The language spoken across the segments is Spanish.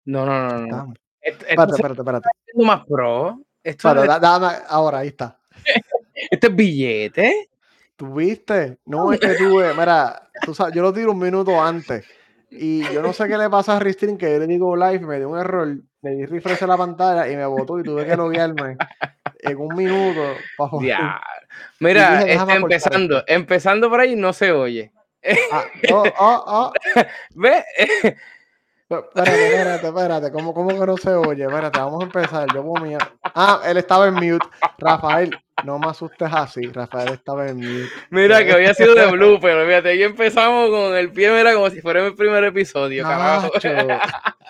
No, no, no, no. Estamos. Esto se Espérate. está haciendo más pro. Espérate, dame, ahora, ahí está. Esto es billete. ¿Tuviste? No, es que tuve, mira, tú sabes, yo lo tiro un minuto antes. Y yo no sé qué le pasa a Ristream, que yo le digo live, me dio un error, le di refresh a la pantalla y me botó y tuve que loguearme en un minuto para poder. Ya. Y Mira, dije, déjame acortar esto. empezando por ahí no se oye. Ah, oh. ¿Ves? Espérate, ¿cómo que no se oye? Espérate, vamos a empezar. Yo ponía. Ah, él estaba en mute. Rafael, no me asustes así. Rafael estaba en mute. Mira, que había sido de blooper, fíjate, ahí empezamos con el pie, mira, como si fuera el primer episodio, carajo. Nacho.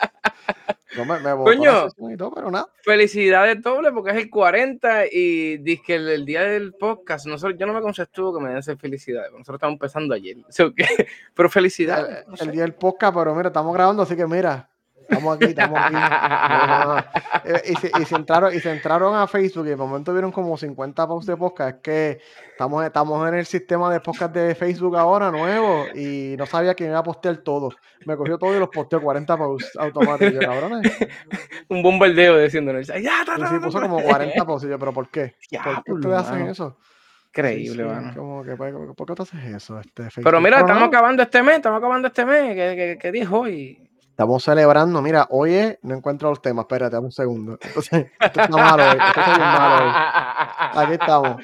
No me botó la Coño, sesión y todo, pero nada. felicidades doble porque es el 40 y dice que el día del podcast, yo no me concestuvo que me den felicidades, nosotros estamos empezando ayer, pero felicidades, no El sé. día del podcast, pero mira, estamos grabando, así que mira, estamos aquí, estamos aquí. No. Y se entraron a Facebook y de momento vieron como 50 posts de podcast. Es que estamos en el sistema de podcast de Facebook ahora nuevo y no sabía quién iba a postear todo. Me cogió todo y los posteó 40 posts automáticos. Yo, cabrones. Un bombardeo diciéndonos, ya, Sí, puso como 40 posts. Y yo, pero ¿por qué? ¿Por qué diablo, ustedes hacen mano, eso? Sí, increíble, mano. como que, ¿por qué tú haces eso, Pero Facebook? mira, Pero no. estamos acabando este mes, ¿qué día es hoy? Estamos celebrando, mira, oye, no encuentro los temas, espérate, dame un segundo. Entonces, esto está malo hoy, esto está bien malo hoy. Aquí estamos.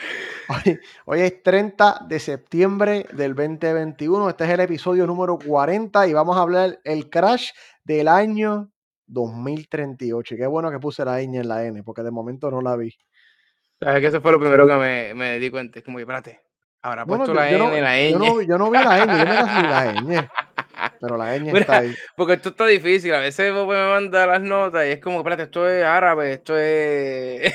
Hoy es 30 de septiembre del 2021. Este es el episodio número 40 y vamos a hablar el crash del año 2038. Y qué bueno que puse la ñ en la N, porque de momento no la vi. ¿Sabes que eso fue lo primero que me di cuenta? Es como que, espérate, habrá No, puesto la N, la ñ. yo no vi la ñ, yo me casi ni la ñ, pero la ñ está Mira, ahí. porque esto está difícil. A veces vos me mandas las notas y es como, espérate, esto es árabe, esto es.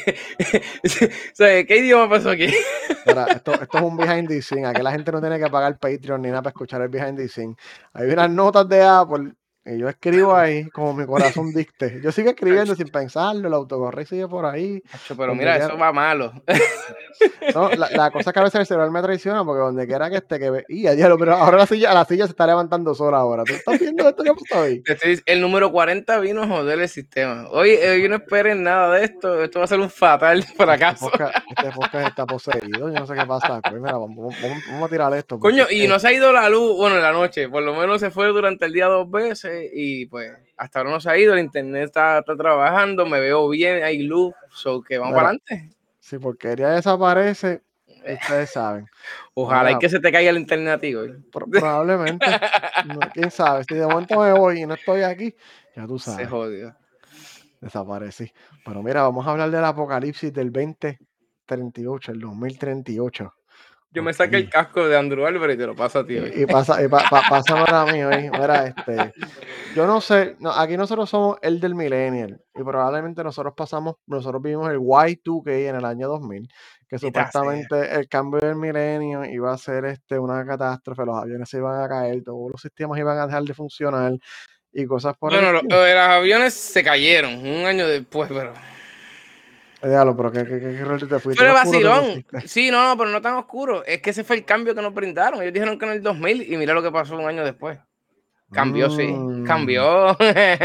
O sea, ¿qué idioma pasó aquí? Mira, esto es un behind the scene. Aquí la gente no tiene que pagar Patreon ni nada para escuchar el behind the scene. Hay unas notas de Apple y yo escribo ahí como mi corazón dicte. Yo sigo escribiendo sin pensarlo, el autocorreo sigue por ahí, Acho, pero donde mira, quiera. eso va malo. No, la cosa es que a veces el celular me traiciona porque donde quiera que esté, que ve. Y a diablo, pero ahora la silla se está levantando sola ahora. ¿Tú estás viendo esto que pasó hoy? El número 40 vino a joder el sistema. Hoy no esperen nada de esto. Esto va a ser un fatal fracaso. Este podcast está poseído. Yo no sé qué pasa. Pues mira, vamos a tirar esto porque Coño, es y que no se ha ido la luz, bueno, en la noche, por lo menos se fue durante el día 2 veces y pues hasta ahora no se ha ido, el internet está trabajando, me veo bien, hay luz, so que vamos para mira, adelante. si porquería desaparece, ustedes saben. Pero Ojalá y mira, que se te caiga el internet a ti, güey. Probablemente. No, quién sabe. Si de momento me voy y no estoy aquí, ya tú Se sabes. jodió. Desaparecí. Pero mira, vamos a hablar del apocalipsis del 2038, el 2038. Yo me Ok. saqué el casco de Andrew Álvarez y te lo paso a ti hoy. Pasa para mí hoy. Mira, yo no sé, no, aquí nosotros somos el del millennial y probablemente nosotros vivimos el Y2K en el año 2000, que Maldita sea. supuestamente el cambio del milenio iba a ser una catástrofe, los aviones se iban a caer, todos los sistemas iban a dejar de funcionar y cosas por el Bueno, estilo. los aviones se cayeron un año después, pero... Diablo, pero qué rol te fuiste, qué Pero oscuro te vacilón. pusiste. Sí, no, pero no tan oscuro. Es que ese fue el cambio que nos brindaron. Ellos dijeron que en el 2000 y mira lo que pasó un año después. Cambió, sí. Mm, Cambió.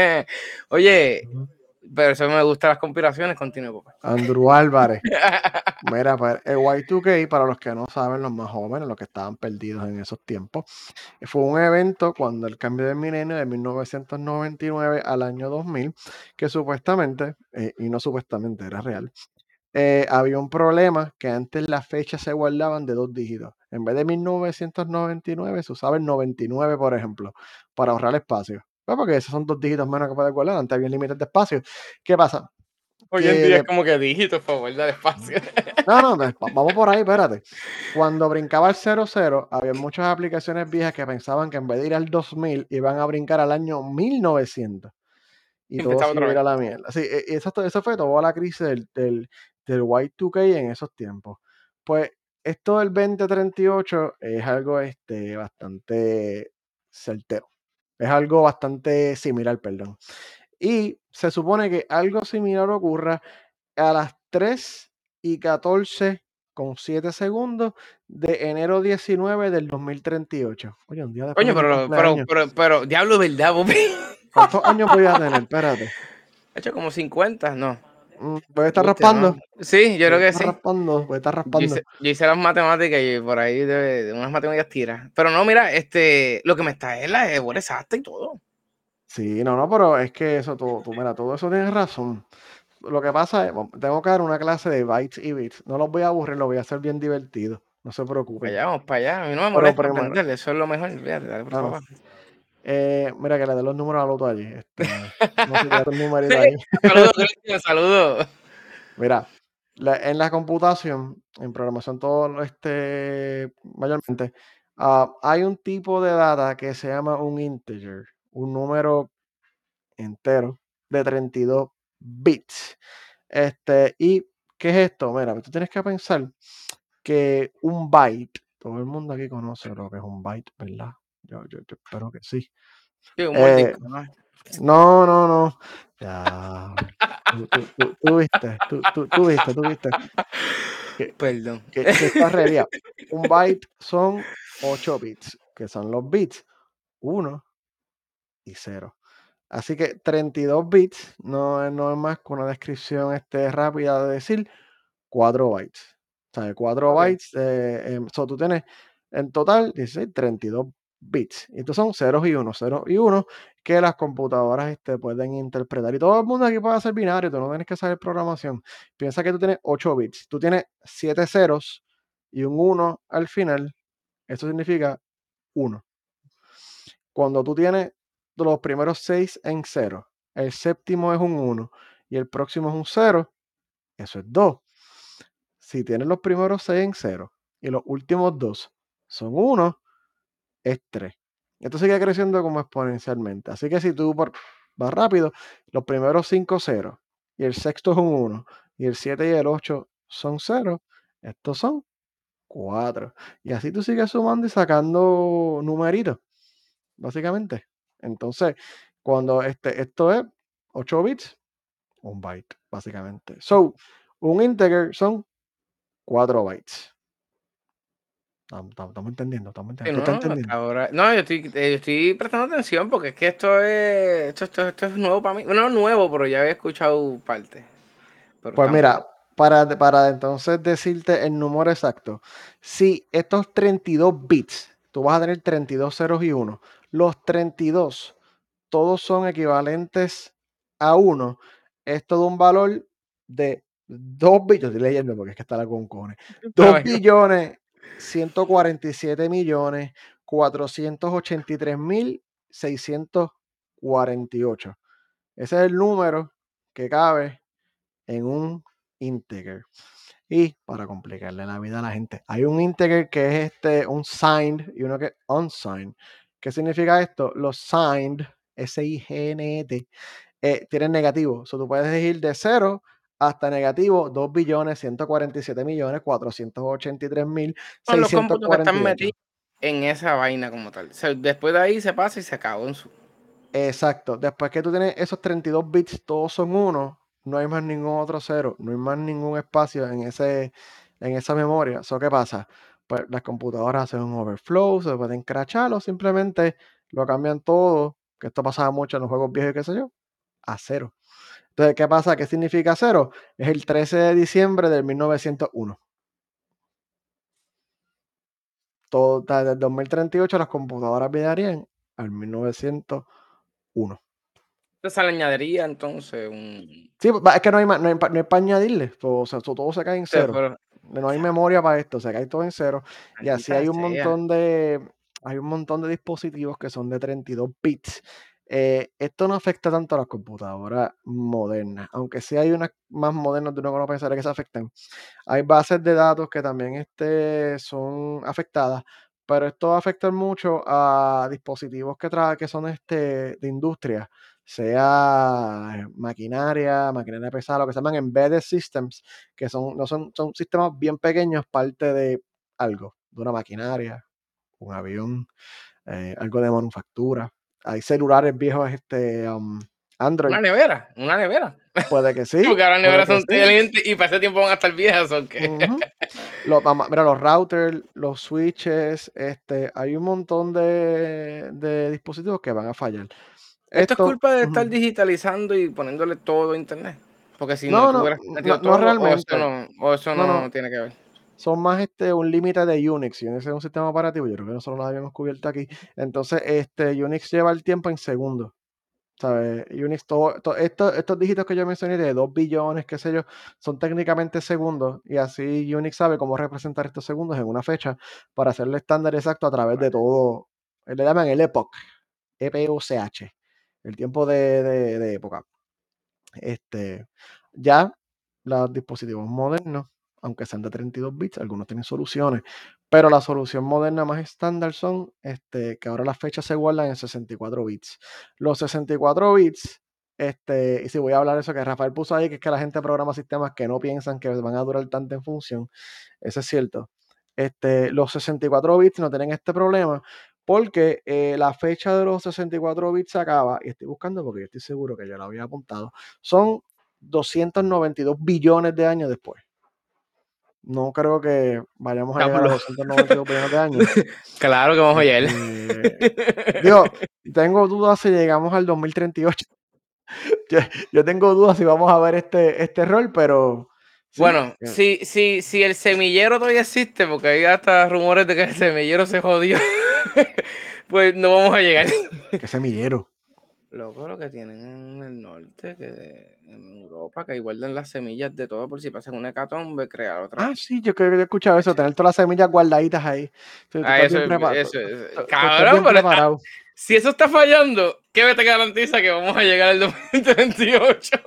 Oye, ujú. pero eso me gustan las conspiraciones. Continúo, papá. Andrew Álvarez. Mira, pues, el Y2K, para los que no saben, los más jóvenes, los que estaban perdidos en esos tiempos, fue un evento cuando el cambio del milenio de 1999 al año 2000, que supuestamente, y no supuestamente, era real, había un problema que antes las fechas se guardaban de 2 dígitos. En vez de 1999, se usaba el 99, por ejemplo, para ahorrar espacio. Pues porque esos son 2 dígitos menos que puedes guardar, antes había límites de espacio. ¿Qué pasa? Hoy en Que día es de, como que dígitos para guardar espacio. no, vamos por ahí, espérate. Cuando brincaba el 00, había muchas aplicaciones viejas que pensaban que en vez de ir al 2000, iban a brincar al año 1900 y todo Empezaba se otra iba a ir vez. a la mierda. Sí, eso fue toda la crisis del Y2K en esos tiempos. Pues esto del 2038 es algo bastante certero. Es algo bastante similar, perdón. Y se supone que algo similar ocurra a las 3:14:07 de enero 19 del 2038. Oye, un día después Coño, de mi cumpleaños. pero, diablo, ¿verdad, Bobby? ¿Cuántos años voy a tener? Espérate. He hecho como 50, no. Voy a estar Viste, ¿no? raspando. Sí, yo Voy a creo que estar sí. raspando. Voy a estar Yo raspando. hice las matemáticas y por ahí de unas matemáticas tiras. Pero no, mira, lo que me está es la hora exacta y todo. Sí, no, pero es que eso, mira, todo eso tienes razón. Lo que pasa es, tengo que dar una clase de bytes y bits. No los voy a aburrir, lo voy a hacer bien divertido. No se preocupen. Vamos para allá. A mí no me Pero molesta primero, aprenderle, eso es lo mejor. Fíjate, dale, por no, no. favor. Mira que le dé los números al otro allí. No sé, tira un numerito ahí. Saludos, Cristian, saludos. Mira, en la computación, en programación, todo mayormente, hay un tipo de data que se llama un integer, un número entero de 32 bits. ¿Y qué es esto? Mira, tú tienes que pensar que un byte, todo el mundo aquí conoce lo que es un byte, ¿verdad? Yo espero que sí. Sí, un Eh, mordisco, ¿no? no. Ya. Tú viste, tú viste que, Perdón. que está re bien. Un byte son 8 bits, que son los bits 1 y 0. Así que 32 bits no es más que una descripción rápida de decir 4 bytes. O sea, 4 Ok. bytes, tú tienes en total 16, 32 bits. Y estos son ceros y unos que las computadoras pueden interpretar. Y todo el mundo aquí puede hacer binario, tú no tienes que saber programación. Piensa que tú tienes 8 bits, tú tienes 7 ceros y un 1 al final. Eso significa 1. Cuando tú tienes los primeros 6 en 0, el séptimo es un 1 y el próximo es un 0, eso es 2. Si tienes los primeros 6 en 0 y los últimos 2 son 1, es 3. Esto sigue creciendo como exponencialmente. Así que si tú vas rápido, los primeros 5 ceros y el sexto es un 1 y el 7 y el 8 son 0, estos son 4. Y así tú sigues sumando y sacando numeritos, básicamente. Entonces, cuando esto es 8 bits, un byte, básicamente. So, un integer son 4 bytes. Estamos entendiendo, estamos Sí, entendiendo. ¿Tú estás no, hasta entendiendo? ahora. No, yo estoy prestando atención porque es que esto es nuevo para mí. Bueno, no nuevo, pero ya había escuchado parte. Pero Pues estamos. mira, para entonces decirte el número exacto, si estos 32 bits, tú vas a tener 32 ceros y 1, los 32 todos son equivalentes a 1, es todo un valor de 2 billones, estoy leyendo porque es que está la con cojones, 2 billones 147 millones 483 mil 648. Ese es el número que cabe en un integer. Y para complicarle la vida a la gente, hay un integer que es un signed y uno que es unsigned. ¿Qué significa esto? Los signed, S-I-G-N-E-T, tienen negativo. So, tú puedes ir de 0 hasta negativo 2 billones 147 millones 483 mil Son los cómputos que están 648. metidos en esa vaina como tal. O sea, después de ahí se pasa y se acabó en su. Exacto. Después que tú tienes esos 32 bits, todos son 1, no hay más ningún otro 0, no hay más ningún espacio en esa memoria. ¿Eso qué pasa? Pues las computadoras hacen un overflow, se pueden crachar o simplemente lo cambian todo, que esto pasaba mucho en los juegos viejos y qué sé yo, a 0. Entonces, ¿qué pasa? ¿Qué significa 0? Es el 13 de diciembre de 1901. Desde el 2038 las computadoras viajarían al 1901. Entonces le añadiría entonces un. Sí, es que no hay para añadirle. Todo, o sea, todo se cae en Se cero. fueron. No hay memoria para esto, se cae todo en cero. Y así Maldita sea. hay un montón de dispositivos que son de 32 bits. Esto no afecta tanto a las computadoras modernas, aunque sí hay unas más modernas de uno que no pensaría que se afecten. Hay bases de datos que también son afectadas, pero esto va a afectar mucho a dispositivos que son de industria, sea maquinaria pesada, lo que se llaman embedded systems, que no son sistemas bien pequeños, parte de algo, de una maquinaria, un avión, algo de manufactura. Hay celulares viejos, Android, Una nevera. puede que sí, Porque ahora las puede neveras que son sí. inteligentes y para ese tiempo van a estar viejas, ¿o qué? Ujú. Mira, los routers, los switches, hay un montón de dispositivos que van a fallar. Esto es Esto, culpa de estar digitalizando y poniéndole todo a internet. Porque si no no, tú no, hubieras no, metido no todo, realmente. o eso No, no no. tiene que ver. Son más un límite de Unix. Unix es un sistema operativo. Yo creo que nosotros lo habíamos cubierto aquí. Entonces, Unix lleva el tiempo en segundos. ¿Sabes? Unix, estos dígitos que yo mencioné de 2 billones, qué sé yo, son técnicamente segundos. Y así Unix sabe cómo representar estos segundos en una fecha para hacerlo estándar exacto a través de todo. Le llaman el epoch. EPOCH. El tiempo de época. Ya los dispositivos modernos, aunque sean de 32 bits, algunos tienen soluciones, pero la solución moderna más estándar son que ahora las fechas se guardan en 64 bits. Los 64 bits, y si voy a hablar de eso que Rafael puso ahí, que es que la gente programa sistemas que no piensan que van a durar tanto en función, eso es cierto. Los 64 bits no tienen este problema porque la fecha de los 64 bits se acaba, y estoy buscando porque yo estoy seguro que ya lo había apuntado, son 292 billones de años después. No creo que vayamos a llegar a Diablo. 292 billones de años. Claro que vamos a llegar. Digo, tengo dudas si llegamos al 2038. Yo, yo tengo dudas si vamos a ver este rol, pero sí. Bueno, si el semillero todavía existe, porque hay hasta rumores de que el semillero se jodió, pues no vamos a llegar. Que semillero. Loco, lo que tienen en el norte, que en Europa, que guardan las semillas de todo por si pasan una hecatombe, crear otra. Ah, sí, yo creo que he escuchado eso, tener todas las semillas guardaditas ahí. Sí, tú Ah, estás bien preparado. Tú estás cabrón, bien pero preparado. si eso está fallando, ¿qué me te garantiza que vamos a llegar al 2038?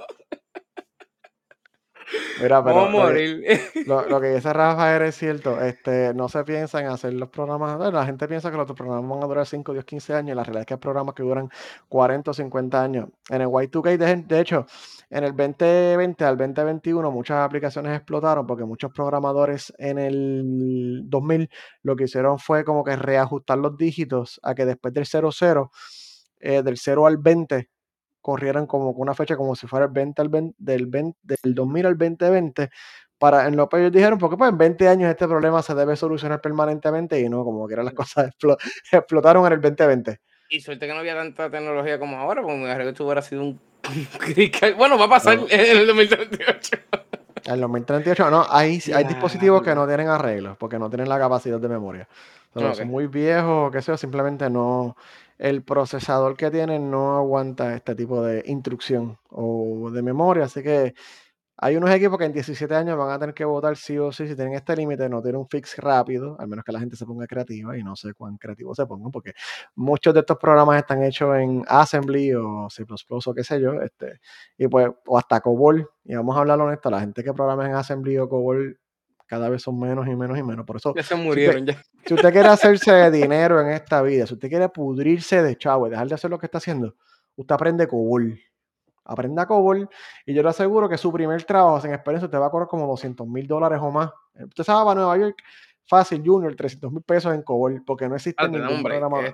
Mira, Vamos a pero morir. lo que dice Rafael es cierto, no se piensa en hacer los programas, bueno, la gente piensa que los programas van a durar 5, 10, 15 años, y la realidad es que hay programas que duran 40 o 50 años. En el Y2K, de hecho, en el 2020 al 2021 muchas aplicaciones explotaron porque muchos programadores en el 2000 lo que hicieron fue como que reajustar los dígitos a que después del 00, del 0 al 20, corrieran como con una fecha como si fuera el 20 al 20, del 2000 al 2020, en lo que ellos dijeron, porque pues en 20 años este problema se debe solucionar permanentemente y no, como que eran las cosas explotaron en el 2020. Y suerte que no había tanta tecnología como ahora, porque me imagino que esto hubiera sido un crical. Bueno, va a pasar No, en el 2038. en el 2038, no, hay dispositivos que Diablo. no tienen arreglos porque no tienen la capacidad de memoria. Pero son Ok. muy viejos o qué sé yo, simplemente no, el procesador que tienen no aguanta este tipo de instrucción o de memoria, así que hay unos equipos que en 17 años van a tener que votar sí o sí si tienen este límite, no tienen un fix rápido, al menos que la gente se ponga creativa y no sé cuán creativos se pongan, porque muchos de estos programas están hechos en Assembly o C++ o qué sé yo, y pues, o hasta COBOL, y vamos a hablar honesto, la gente que programa en Assembly o COBOL cada vez son menos y menos y menos. Por eso, Ya se si usted, murieron ya. si usted quiere hacerse de dinero en esta vida, si usted quiere pudrirse de chavo y dejar de hacer lo que está haciendo, usted aprende COBOL. Aprenda COBOL y yo le aseguro que su primer trabajo sin experiencia te va a cobrar como $200,000 o más. Usted se va a Nueva York fácil, Junior, 300,000 pesos en COBOL, porque no existe Espérate, dame ningún un break. programa.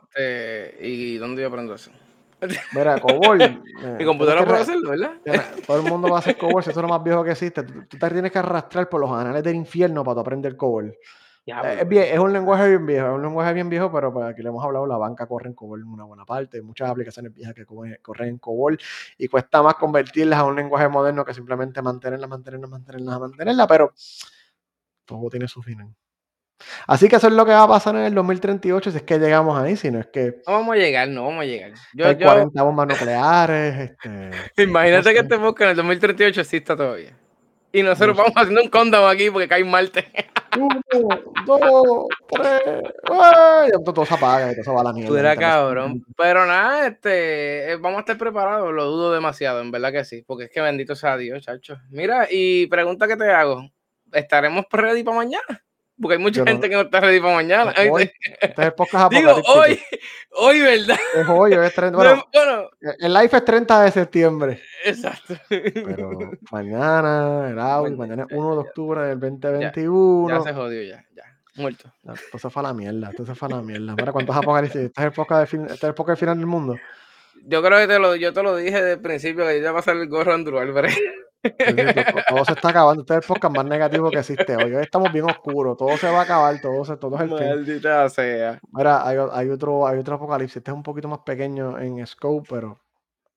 ¿Y dónde yo aprendo eso? Mira, COBOL, Mi tienes computadora que puede hacerlo, ¿verdad? todo el mundo va a hacer COBOL, si eso es lo más viejo que existe. Tú te tienes que arrastrar por los anales del infierno para tu aprender COBOL. Diablo, Es un lenguaje bien viejo, es un lenguaje bien viejo, pero pues aquí le hemos hablado, la banca corre en COBOL en una buena parte, hay muchas aplicaciones viejas que corren en COBOL y cuesta más convertirlas a un lenguaje moderno que simplemente mantenerla, pero todo tiene su final. Así que eso es lo que va a pasar en el 2038 si es que llegamos ahí, si no es que no vamos a llegar, no vamos a llegar. hay 40 bombas nucleares, qué Imagínate que cosa. este podcast en el 2038 exista todavía. Y nosotros No sé. vamos haciendo un countdown aquí porque cae Marte. 1, 2, 3, ¡ay! Todo se apaga y todo se va a la mierda, Fuera literalmente. cabrón. Pero nada, vamos a estar preparados, lo dudo demasiado, en verdad que sí, porque es que bendito sea Dios, chacho. Mira, y pregunta que te hago, ¿estaremos ready para mañana? Porque hay mucha Yo no, gente que no está ready para mañana. hoy, este es el podcast Digo, apocalíptico. hoy, ¿verdad? Es hoy, hoy es 30, No, bueno, bueno, el live es 30 de septiembre, exacto. pero mañana, el audio, Mañana, mañana es 1 de octubre del ya, ya 2021. se jodió, ya, muerto. No, esto se fue a la mierda, esto se fue a la mierda. Mira, ¿cuántos apocalipsis? Este es el podcast del final del mundo. Yo creo que yo te lo dije desde el principio que yo iba a pasar el gorro a Andrew Álvarez. Es decir, todo se está acabando. Este es el podcast más negativo que existe hoy. Hoy estamos bien oscuros, todo se va a acabar, todo es el fin. Maldita sea. Mira, hay otro apocalipsis. Este es un poquito más pequeño en scope, pero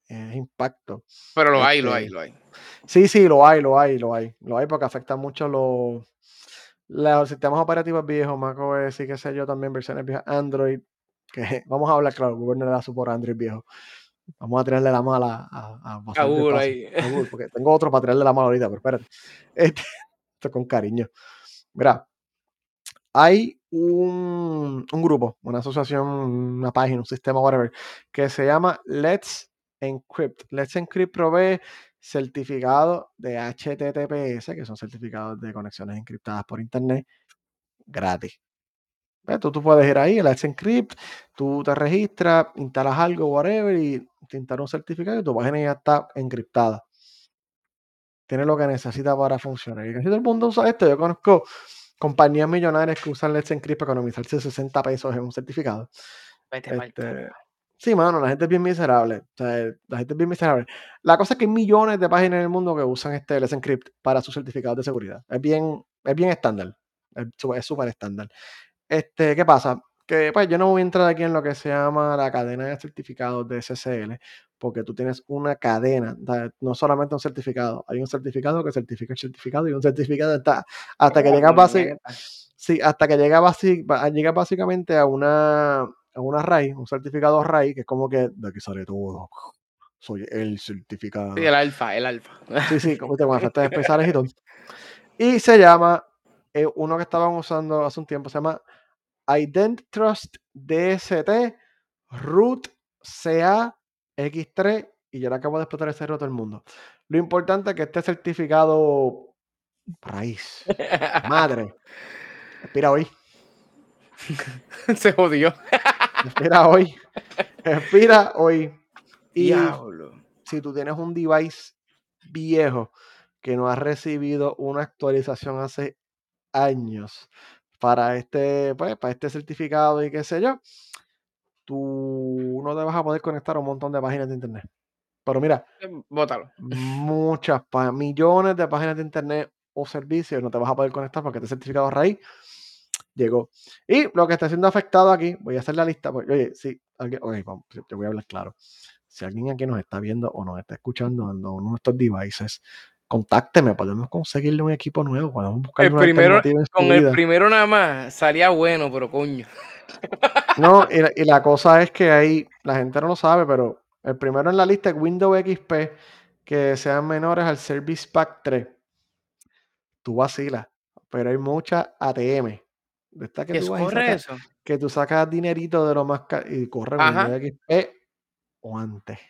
es impacto. Pero lo hay, lo hay. Sí, lo hay porque afecta mucho los sistemas operativos viejos, macOS y qué sé yo, también versiones viejas, Android, que vamos a hablar, claro, Google no le da soporte a Android viejo. Vamos a tirarle la mala a pasar de Google paso. ahí. A Google, porque tengo otro para tirarle la mala ahorita, pero espérate. Esto con cariño. Mira, hay un grupo, una asociación, una página, un sistema, whatever, que se llama Let's Encrypt. Let's Encrypt provee certificados de HTTPS, que son certificados de conexiones encriptadas por Internet, gratis. Tú puedes ir ahí, Let's Encrypt, tú te registras, instalas algo, whatever, y te instala un certificado y tu página ya está encriptada. Tiene lo que necesita para funcionar. Y casi todo el mundo usa esto. Yo conozco compañías millonarias que usan Let's Encrypt para economizarse 60 pesos en un certificado. Vete pa'l carajo. Sí, mano, la gente es bien miserable. O sea, la gente es bien miserable. La cosa es que hay millones de páginas en el mundo que usan este Let's Encrypt para sus certificados de seguridad. Es bien estándar. Es súper estándar. ¿Qué pasa? Que pues yo no voy a entrar aquí en lo que se llama la cadena de certificados de SSL, porque tú tienes una cadena, no solamente un certificado, hay un certificado que certifica el certificado y un certificado hasta que llega hasta que llega básicamente a una RAID, un certificado RAID, que es como que de aquí sale todo. Soy el certificado. Sí, el alfa. Sí, como te con efectos especiales y todo. Y se llama, uno que estaban usando hace un tiempo, se llama Ident Trust DST Root CA X3 y yo le acabo de explotar ese roto al mundo. Lo importante es que este certificado raíz, madre, expira hoy, Se jodió. expira hoy, expira hoy. Y Diablo. si tú tienes un device viejo que no ha recibido una actualización hace años para para este certificado y qué sé yo, tú no te vas a poder conectar a un montón de páginas de internet. Pero mira, Bótalo. millones de páginas de internet o servicios no te vas a poder conectar porque este certificado raíz llegó. Y lo que está siendo afectado aquí, voy a hacer la lista. Oye, sí, vamos, te voy a hablar claro. Si alguien aquí nos está viendo o nos está escuchando en uno de estos devices, contácteme, podemos conseguirle un equipo nuevo, podemos buscarle El una primero, alternativa en su con el vida. primero nada más salía bueno, pero coño. No, y la cosa es que ahí, la gente no lo sabe, pero el primero en la lista es Windows XP, que sean menores al Service Pack 3. Tú vacilas, pero hay muchas ATM. De estas que ¿Que tú eso vas y corre sacas, eso? que tú sacas dinerito de lo más y corren Windows Ajá. XP o antes.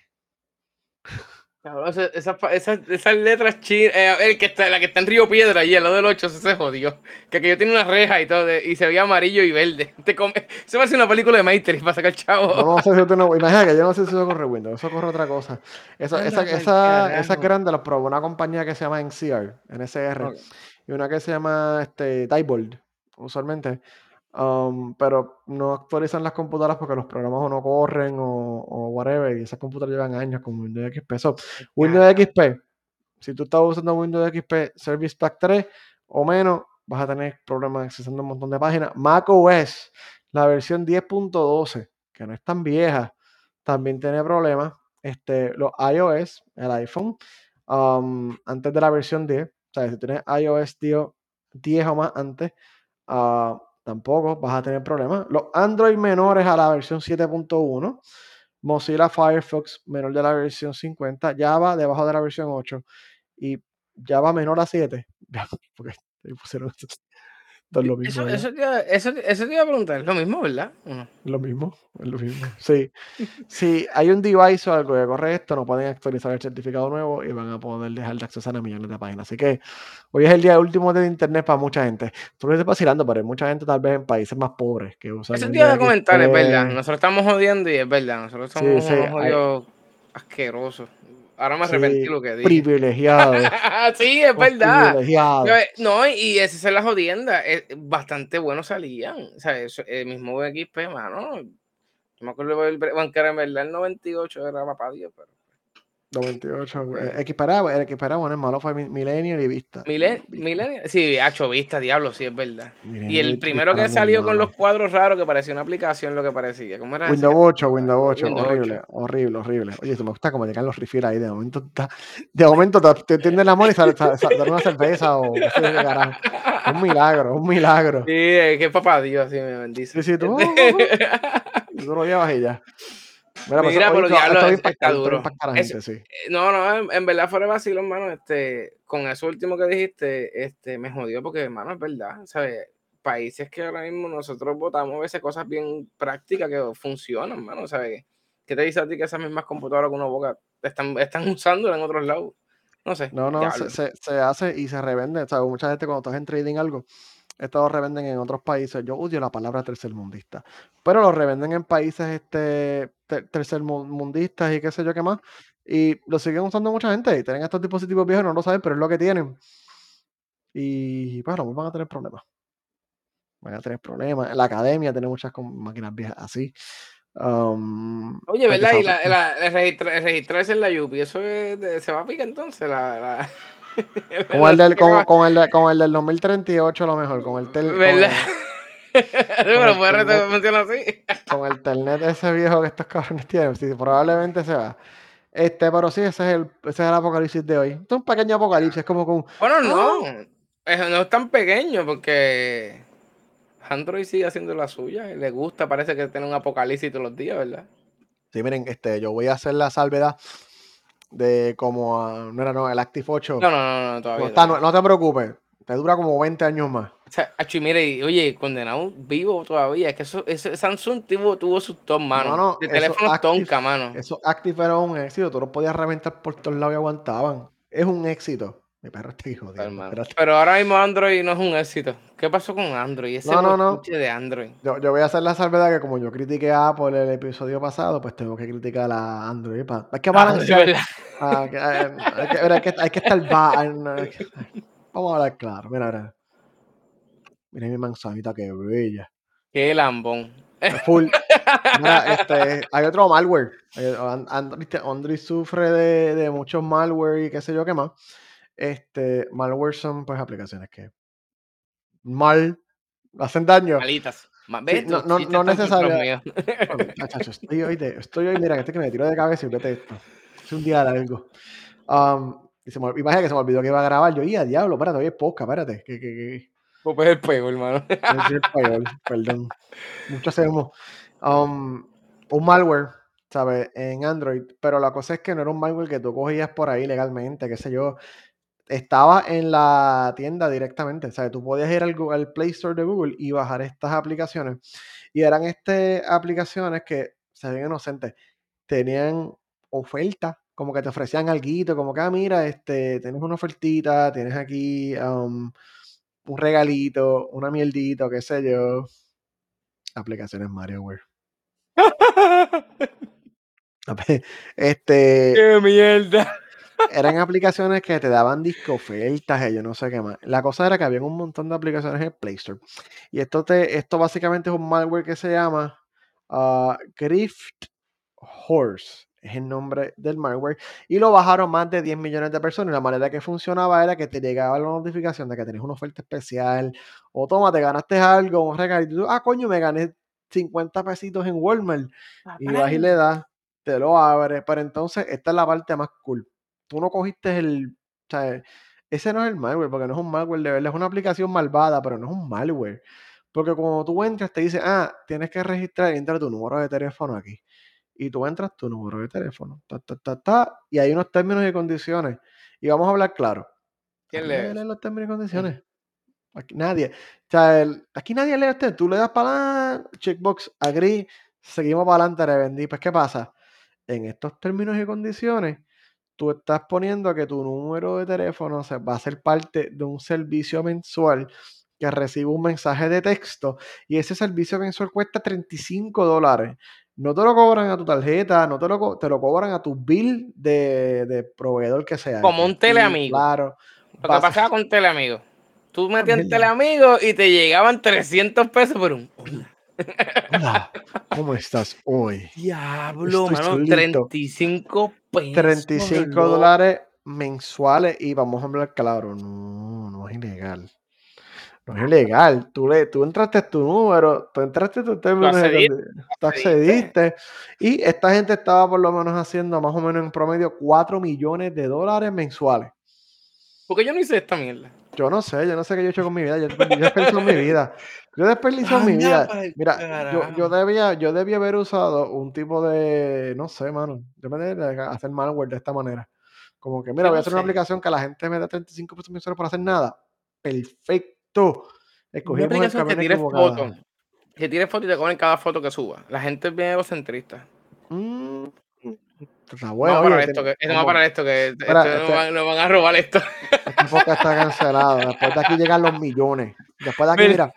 Cabrón, esas letras chinas, la que está en Río Piedra, allí al lado del 8, se jodió. Que aquello tiene una reja y todo, y se veía amarillo y verde. Se parece una película de Matrix para sacar Yo chavo. no sé si usted no, imagina que yo no sé si eso corre Windows, eso corre otra cosa. Anda pa'l Esa carajo. grande la probó una compañía que se llama NCR, Ok. y una que se llama Diebold, usualmente. Pero no actualizan las computadoras porque los programas o no corren o whatever, y esas computadoras llevan años con Windows XP. Windows Carajo. XP, si tú estás usando Windows XP Service Pack 3 o menos, vas a tener problemas accesando un montón de páginas. macOS, la versión 10.12, que no es tan vieja, también tiene problemas. Los iOS, el iPhone, antes de la versión 10, o sea, si tienes iOS 10 o más antes, tampoco vas a tener problemas. Los Android menores a la versión 7.1, Mozilla Firefox menor de la versión 50, Java debajo de la versión 8 y Java menor a 7. Porque ahí pusieron esto es lo mismo, ¿verdad? Eso te iba a preguntar, es lo mismo, ¿verdad? ¿O no? Es lo mismo. Sí, si hay un device o algo que corre esto, no pueden actualizar el certificado nuevo y van a poder dejar de accesar a millones de páginas. Así que hoy es el día último de internet para mucha gente. Tú lo estás vacilando, pero hay mucha gente tal vez en países más pobres que usan Eso te iba Windows a comentar, es verdad. XP. Nosotros estamos jodiendo y es verdad. Nosotros Sí, somos sí, unos jodidos asquerosos. Ahora me arrepentí sí, lo que dije. privilegiados, Sí, es los verdad. privilegiados. No, y esa es la jodienda. Bastante buenos salían. O sea, el mismo XP, mano. Yo me acuerdo del banquero en verdad, el 98 era papá Dios, pero. 98. Eh, Equiparaba, bueno, el malo fue Millennial y Vista. Vista. Sí, Hacho Vista, diablo, sí, es verdad. Y Millennial el y primero Vista que eran bien salió con malos. los cuadros raros que parecía una aplicación, lo que parecía. ¿Cómo era ese que Windows 8, tenía? Windows 8, Windows 8. horrible, horrible, horrible. Oye, se me gusta como llegan los refills ahí. De momento te tienden la mano y dan una cerveza o qué sé yo qué carajo. Un milagro, un milagro. Sí, es que papá Dios, sí me Y bendice. si tú, y tú lo llevas y ya. Mira, pues Mira, oye, pero diablo, esto va a está impactar, esto va a duro. impactar a la gente, sí. No, no, en verdad fuera de vacilo, hermano, con eso último que dijiste, me jodió porque, hermano, es verdad, ¿sabes? Países que ahora mismo nosotros votamos a veces cosas bien prácticas que funcionan, hermano, ¿sabes? ¿Qué te dice a ti que esas mismas computadoras que uno boca están usando en otros lados? No sé, No, no, diablo. se hace y se revende. O sea, mucha gente cuando estás en trading algo, esto lo revenden en otros países. Yo odio la palabra tercermundista, pero lo revenden en países tercermundistas y qué sé yo qué más. Y lo siguen usando mucha gente. Y tienen estos dispositivos viejos, no lo saben, pero es lo que tienen. Y pues van a tener problemas. Van a tener problemas. La academia tiene muchas máquinas viejas así. Oye, Pues ¿verdad? Y el registrarse en la Yupi, eso se va a picar entonces, Con el la del, que acaba- con el del 2038 a lo mejor, con el tel, ¿verdad? con Pero el puede telnet, funciona así. con el telnet ese viejo que estos cabrones tienen, sí, probablemente se va. Pero sí, ese es el apocalipsis de hoy. Esto es un pequeño apocalipsis, es como con, Bueno, ah, no, no es tan pequeño porque Android sigue haciendo la suya y le gusta, parece que tiene un apocalipsis todos los días, ¿verdad? sí, miren, yo voy a hacer la salvedad de como, no, el Active 8, No, no, no, no, no, todavía, está, todavía. no te preocupes, te dura como 20 años más. O sea, y mire, oye, condenado vivo todavía, es que ese Samsung tuvo sus dos No, manos, no, de teléfonos tonka, mano. esos Active eran un éxito, tú los podías reventar por todos lados y aguantaban. Es un éxito. Mi perro está aquí jodiendo, Hermano. espérate. Pero ahora mismo Android no es un éxito. ¿Qué pasó con Android? Ese No, no, no. bochinche de Android. Yo voy a hacer la salvedad que como yo critiqué a Apple el episodio pasado, pues tengo que criticar a Android. Hay que Ah, de balancear. verdad. Hay que estar vamos a hablar claro. Mira, mira mi manzanita que bella. Qué lambón. Full. Mira, hay otro malware. Android sufre de muchos malware y qué sé yo qué más. Malware son pues aplicaciones que mal hacen daño. Malitas. Sí, Ve, no, tus no, chistes no están peor que los necesaria. míos. Bueno, chacho, mira, que que me tiró de cabeza y vete esto. Es un día largo. Imagínate que se me olvidó que iba a grabar. Yo, a diablo, espérate, oye, poca, espérate. Pues es el pego, hermano. Es el peor, perdón. Mucho hacemos. Un malware, ¿sabes? En Android, pero la cosa es que no era un malware que tú cogías por ahí legalmente, qué sé yo. Estaba en la tienda directamente, o sea, tú podías ir al Play Store de Google y bajar estas aplicaciones. Y eran aplicaciones que se ven inocentes. Tenían ofertas, como que te ofrecían alguito, como que, mira, tienes una ofertita, tienes aquí un regalito, una mierdito, qué sé yo. Aplicaciones MarioWare. Este, ¡Qué mierda! eran aplicaciones que te daban disco ofertas y yo no sé qué más. La cosa era que había un montón de aplicaciones en Play Store. Y esto básicamente es un malware que se llama Grift Horse. Es el nombre del malware. Y lo bajaron más de 10 millones de personas. Y la manera que funcionaba era que te llegaba la notificación de que tenías una oferta especial. O toma, te ganaste algo, un regalito. Y tú, coño, me gané 50 pesitos en Walmart. Y vas y le das, te lo abres. Pero entonces, esta es la parte más cool. Tú no cogiste o sea, ese no es el malware, porque no es un malware de verdad, es una aplicación malvada, pero no es un malware. Porque cuando tú entras, te dice, tienes que registrar y entra tu número de teléfono aquí. Y tú entras tu número de teléfono, y hay unos términos y condiciones. Y vamos a hablar claro. ¿Quién Aquí lee nadie lee eso? los términos y condiciones. Aquí nadie. O sea, aquí nadie lee este. Tú le das para adelante, checkbox, agree, seguimos para adelante, revendí. Pues, ¿qué pasa? En estos términos y condiciones, tú estás poniendo que tu número de teléfono va a ser parte de un servicio mensual que recibe un mensaje de texto y ese servicio mensual cuesta $35. No te lo cobran a tu tarjeta, no te lo cobran a tu bill de proveedor que sea, Como que un aquí, teleamigo. claro, Lo que vas pasaba con teleamigo. Tú una metías en mierda. teleamigo y te llegaban 300 pesos por un... Hola. Hola, ¿cómo estás hoy? Diablo, Estoy mano, solito. 35 pesos, $35 mensuales y vamos a hablar claro, no es ilegal. No es ilegal. Tú entraste tu número, tú entraste tus ¿Lo términos de accediste? tú accediste y esta gente estaba por lo menos haciendo más o menos en promedio $4 millones mensuales. Porque yo no hice esta mierda. Yo no sé qué yo he hecho con mi vida. Yo desperdicio mi vida. Yo desperdicio mi Anda vida. pa'l Mira, carajo. yo debía haber usado un tipo de, no sé, mano. Yo me debía hacer malware de esta manera. Como que, mira, Yo voy a no hacer una sé. aplicación que a la gente me da 35 pesos mensuales por hacer nada. Perfecto. Una Escogimos el aplicación que camino tire equivocado. fotos. Que tire fotos y te cobren cada foto que suba. La gente es bien egocentrista. Mm, está bueno. Vamos a Oye, parar esto, que vamos a vamos. parar esto, que Mira, nos van a robar esto. este podcast está cancelado. Después de aquí llegan los millones. Después de aquí, mira,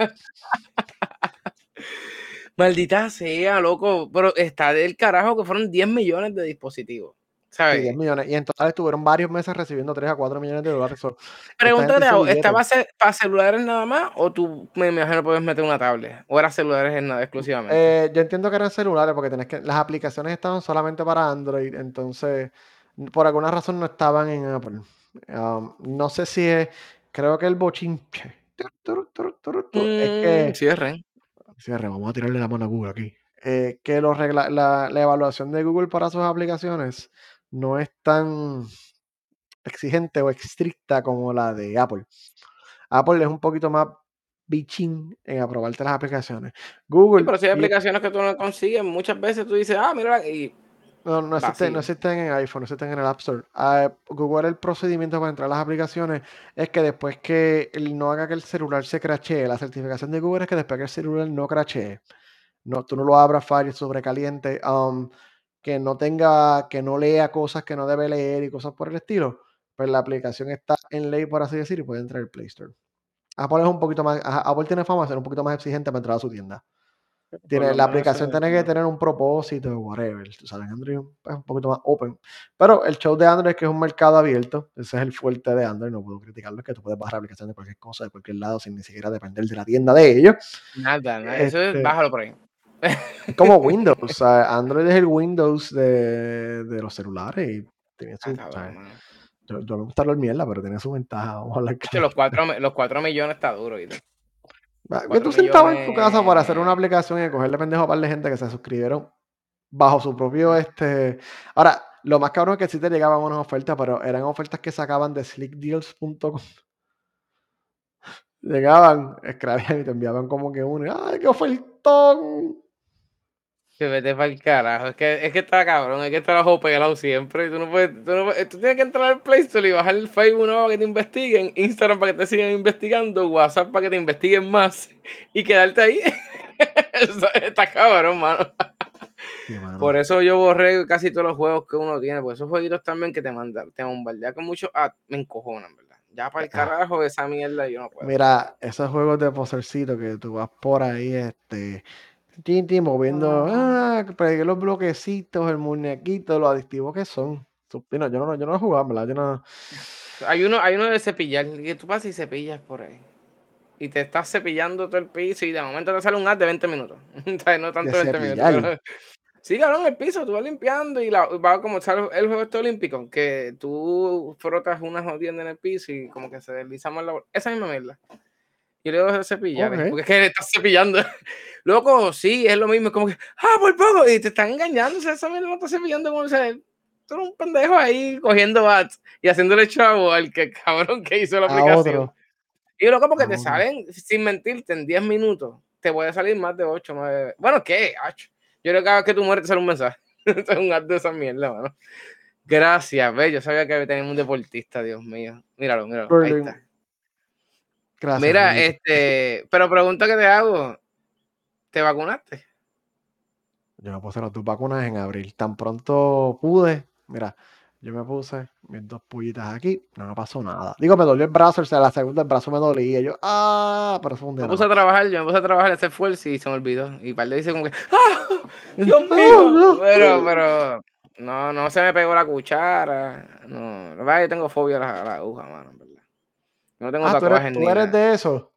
Maldita sea, loco. Pero está del carajo que fueron 10 millones de dispositivos. sí, 10 ¿Sabes? millones. Y en total estuvieron varios meses recibiendo 3 a 4 millones de dólares. Esta gente Pregúntate, hizo ¿esta billetes. va a ser para celulares nada más? ¿O tú me imagino puedes meter una tablet? ¿O era celulares en nada exclusivamente? Yo entiendo que eran celulares porque las aplicaciones estaban solamente para Android, entonces por alguna razón no estaban en Apple. No sé si es, creo que el bochinche es que, Cierren. cierre, vamos a tirarle la mano a Google aquí, que la evaluación de Google para sus aplicaciones no es tan exigente o estricta como la de Apple. Apple es un poquito más bichín en aprobarte las aplicaciones. Sí, Google pero si hay aplicaciones que tú no consigues, muchas veces tú dices, ah, mira, y no vacío. existen en iPhone, no existen en el App Store. Google, el procedimiento para entrar a las aplicaciones es que después que él no haga que el celular se crachee, la certificación de Google es que después que el celular no crachee, no, tú no lo abras Fire sobrecaliente, que no lea cosas que no debe leer y cosas por el estilo, pues la aplicación está en ley, por así decir, y puede entrar al Play Store. Apple es un poquito más, Apple tiene fama de ser un poquito más exigente para entrar a su tienda. Por lo La menos aplicación eso es tiene que tener un propósito, whatever. Tú sabes, Android es un poquito más open. Pero el show de Android es que es un mercado abierto. Ese es el fuerte de Android. No puedo criticarlo. Es que tú puedes bajar aplicaciones de cualquier cosa, de cualquier lado, sin ni siquiera depender de la tienda de ellos. nada. Eso es, Este, bájalo por ahí. es como Windows. O sea, Android es el Windows de los celulares y tiene Ah, su. O cabrón, sea, mano. yo me gusta la mierda, pero tiene su ventaja. Vamos a hablar De hecho, claro. los 4 millones está duro, ¿viste? Que 4 tú sentabas en tu casa para hacer una millones. aplicación y cogerle pendejo a par de gente que se suscribieron bajo su propio, ahora, lo más cabrón es que sí te llegaban unas ofertas, pero eran ofertas que sacaban de slickdeals.com. Llegaban, escribían y te enviaban como que uno, ¡ay, qué ofertón! Que vete para el carajo. Es que está cabrón, es que está bajo pelado siempre. Y tú tienes que entrar al Play Store y bajar el Facebook nuevo para que te investiguen, Instagram para que te sigan investigando, WhatsApp para que te investiguen más y quedarte ahí. Eso está cabrón, mano. Sí, mano. Por eso yo borré casi todos los juegos que uno tiene, porque esos jueguitos también que te bombardean con mucho me encojonan, ¿verdad? Ya para el Ah, carajo esa mierda yo no puedo. mira, esos juegos de posercito que tú vas por ahí, moviendo, pegué los bloquecitos, el muñequito, lo adictivos que son. Yo no he jugado, ¿verdad? Yo no. Hay uno de cepillar, que tú pasas y cepillas por ahí. Y te estás cepillando todo el piso y de momento te sale un ad de 20 minutos. O sea, no De tanto 20 minutos, cepillar. pero sí, cabrón, el piso, tú vas limpiando y va como sale el juego este olímpico, que tú frotas una jodienda en el piso y como que se desliza más la. Esa misma mierda. Yo le dejo de cepillar, Ok. porque es que le estás cepillando. Loco, sí, es lo mismo, es como que, por poco, y te están engañando, o sea, esa mierda no está cepillando, como, o sea, tú eres un pendejo ahí cogiendo bats y haciéndole chavo al que cabrón que hizo la A aplicación. otro. Y loco, porque A te otro. salen, sin mentirte, en 10 minutos, te puede salir más de 8, 9. Bueno, ¿qué? Ach. Yo creo que cada vez que tú mueres te sale un mensaje. Es un ad de esa mierda, mano. Gracias, ve, yo sabía que teníamos un deportista, Dios mío. Míralo, ahí Berlin. está. Gracias, Mira, amiguito. pero pregunta que te hago, ¿te vacunaste? Yo me puse las 2 vacunas en abril. Tan pronto pude, mira, yo me puse mis 2 pullitas aquí, no me pasó nada. Digo, me dolió el brazo, o sea, la segunda el brazo me dolía. Yo, pero eso fue un día Me nada puse más. a trabajar, yo me puse a trabajar a hacer fuerza y se me olvidó. Y par de dice como que, ¡ah! ¡Dios No, mío! no. Pero, no se me pegó la cuchara. No, la verdad, yo tengo fobia a la aguja, mano, en verdad. Yo no tengo tatuajes Tú ni eres nada. de eso.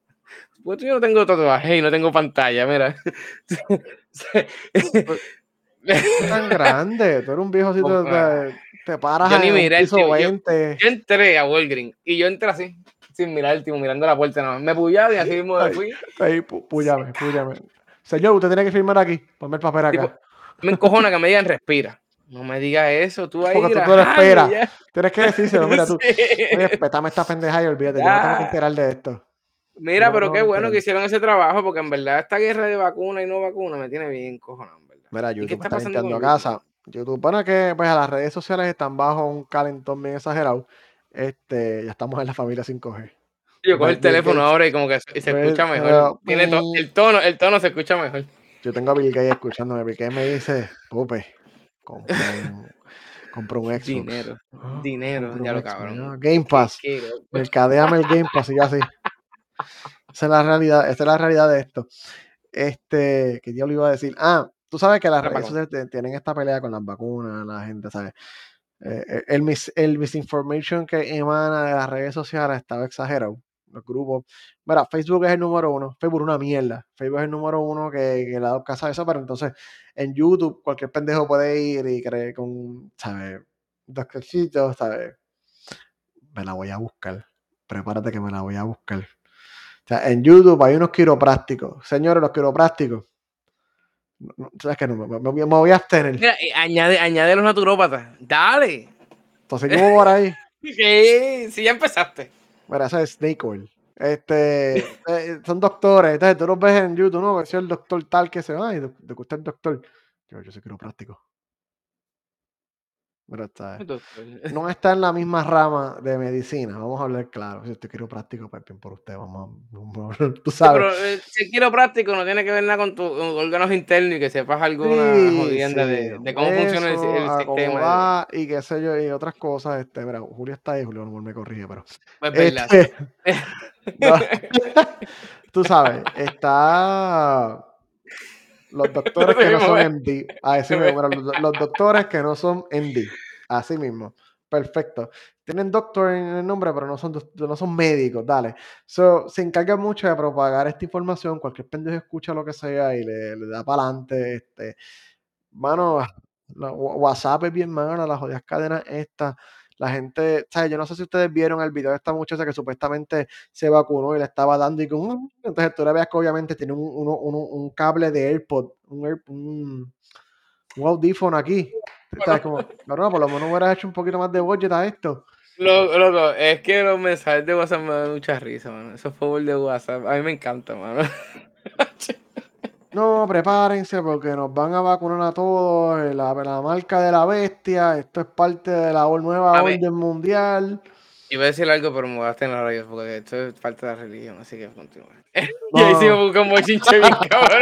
Pues yo no tengo tatuajes y no tengo pantalla, mira. Pues, Tú tan grande, tú eres un viejo así, te paras Yo ni en un miré el piso tipo. Yo 20. entré a Walgreens y yo entré así, sin mirar el tipo, mirando la puerta nada más. Me pullaba y así mismo me Ahí, fui. ahí, púllame, púllame. Señor, usted tiene que firmar aquí, ponme el papel Tipo, acá. me encojona que me digan respira. No me digas eso, tú ahí Porque tú lo rajándome esperas. ya. Tienes que decírselo, mira tú. Oye, Sí. pétame esta pendeja y olvídate, yo no tengo que Ya. enterar de esto. Yo Mira, no me pero tengo qué que bueno enterar. que hicieron ese trabajo, porque en verdad esta guerra de vacuna y no vacuna me tiene bien cojonado, en verdad. Mira, ¿Y qué YouTube está está pasando limpiando con YouTube? casa. YouTube, bueno, que pues a las redes sociales están bajo un calentón bien exagerado. Ya estamos en la familia 5G. Yo cojo el Bill teléfono Gates. ahora y como que se Pues, escucha mejor. Tiene pi. el tono se escucha mejor. Yo tengo a Bill Gates escuchándome. Bill Gates me dice, Pupe, compra un, compra un Xbox. Dinero, Ah, dinero, compra ya un lo Xbox. cabrón. Ah, Game Pass. Qué loco. Mercadéame el Game Pass y yo así. Esa es la realidad, esa es la realidad de esto. ¿Qué yo le iba a decir? Ah, tú sabes que las ¿Qué redes pasó? sociales tienen esta pelea con las vacunas, la gente, ¿sabes? El misinformation que emana de las redes sociales estaba exagerado. Los grupos. Mira, Facebook es el número uno. Facebook es una mierda. Facebook es el número uno que le ha dado casa a eso, pero entonces en YouTube cualquier pendejo puede ir y creer con, ¿sabes? Doctorcitos, ¿sabes? Me la voy a buscar. Prepárate que me la voy a buscar. O sea, en YouTube hay unos quiroprácticos. Señores, los quiroprácticos. ¿Sabes qué? No, me voy a abstener. Mira, añade los naturópatas. Dale. Entonces seguimos por ahí. Sí, ya empezaste. Mira, ese es Snake Oil. Son doctores. Entonces tú los ves en YouTube, ¿no? Si el doctor tal que se va, y de que usted es doctor. Yo soy quiropráctico. Pero Doctor. no está en la misma rama de medicina. Vamos a hablar claro. Si usted es quiropráctico, pues bien por usted. Tú Sí, sabes. pero ser quiropráctico no tiene que ver nada con tus órganos internos y que sepas alguna Sí, jodienda sí. de cómo funciona Eso, el sistema. acomodar y qué sé yo, y otras cosas. Mira, Julio está ahí, Julio no me corrige, pero. Pues verdad, sí. Este, no, tú sabes, está los doctores Así que no mismo son es. MD, así mismo, bueno, los doctores que no son MD, así mismo, perfecto. Tienen doctor en el nombre, pero no son médicos, dale. Se encargan mucho de propagar esta información, cualquier pendejo escucha lo que sea y le da para adelante, mano, WhatsApp es bien malo, las jodidas cadenas estas. La gente, ¿sabes? Yo no sé si ustedes vieron el video de esta muchacha que supuestamente se vacunó y le estaba dando y con. Entonces tú le veas que obviamente tiene un cable de AirPod, un audífono aquí. ¿Sabes? Como, no, por lo menos hubieras hecho un poquito más de budget a esto. Loco, es que los mensajes de WhatsApp me dan mucha risa, mano. Esos forward de WhatsApp, a mí me encanta, mano. No, prepárense porque nos van a vacunar a todos, la marca de la bestia, esto es parte de la nueva A mí, orden mundial. iba a decir algo, pero me voy a tener la rayos porque esto es falta de religión, así que continúa. Y ahí sí me No. busca un bochinche bien cabrón.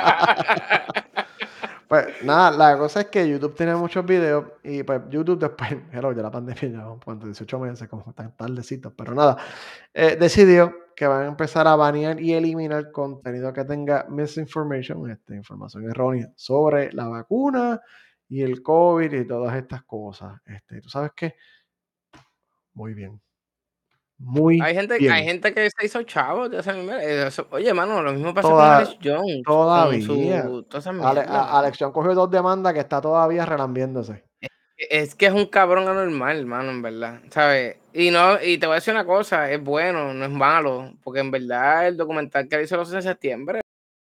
Pues nada, la cosa es que YouTube tiene muchos videos y pues YouTube después, hello, de la pandemia, ya vamos por 18 meses, como tan tardecitos, pero nada, decidió que van a empezar a banear y eliminar contenido que tenga misinformation, información errónea sobre la vacuna y el COVID y todas estas cosas. ¿Tú sabes qué? Muy bien, muy Hay bien. gente que se hizo chavo de esa mierda. Oye, mano, lo mismo pasa con Toda, Alex Jones, con todavía. su toda esa mierda, mano. Alexión cogió 2 demandas que está todavía relambiéndose. Es que es un cabrón anormal, mano, en verdad, ¿sabes? Y no, y te voy a decir una cosa, es bueno, no es malo, porque en verdad el documental que él hizo los de septiembre,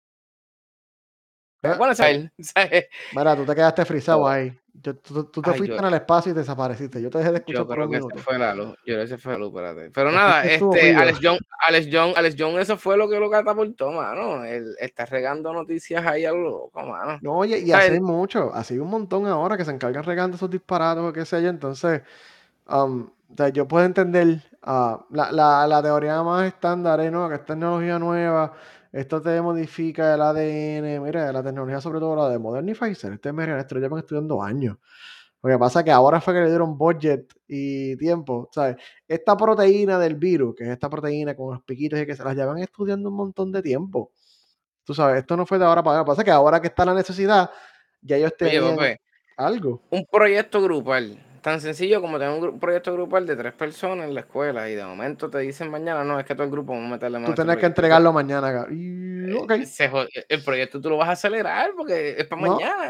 Eh, bueno, ¿sabes? ¿Sabes? Mira, tú te quedaste frisado Pero, ahí. Tú te ay, fuiste en el espacio y desapareciste. Yo te dejé de escuchar yo por creo un que se minuto. fue la luz, yo creo que se fue la luz, espérate. Pero Te nada, fuiste tú, fui yo. Alex Jones, eso fue lo catapultó, mano. Él está regando noticias ahí a lo loco, mano. No, oye, y así ¿Sabes? hay mucho. Así hay un montón ahora que se encargan regando esos disparates o qué sé yo. Entonces, o sea, yo puedo entender la teoría más estándar, ¿no? Que es tecnología nueva. Esto te modifica el ADN. Mira, la tecnología, sobre todo la de Moderna y Pfizer. Esto lo llevan estudiando años. Lo que pasa es que ahora fue que le dieron budget y tiempo, ¿sabes? Esta proteína del virus, que es esta proteína con los piquitos y que se las llevan estudiando un montón de tiempo. Tú sabes, esto no fue de ahora para ahora. Lo que pasa es que ahora que está la necesidad, ya ellos Oye, tenían papá, algo. un proyecto grupal. Tan sencillo como tener un proyecto grupal de 3 personas en la escuela y de momento te dicen mañana, no, es que todo el grupo vamos a meterle mano Tú a este tenés que proyecto. entregarlo mañana, cabrón. Y, ok, El proyecto tú lo vas a acelerar porque es para no. mañana,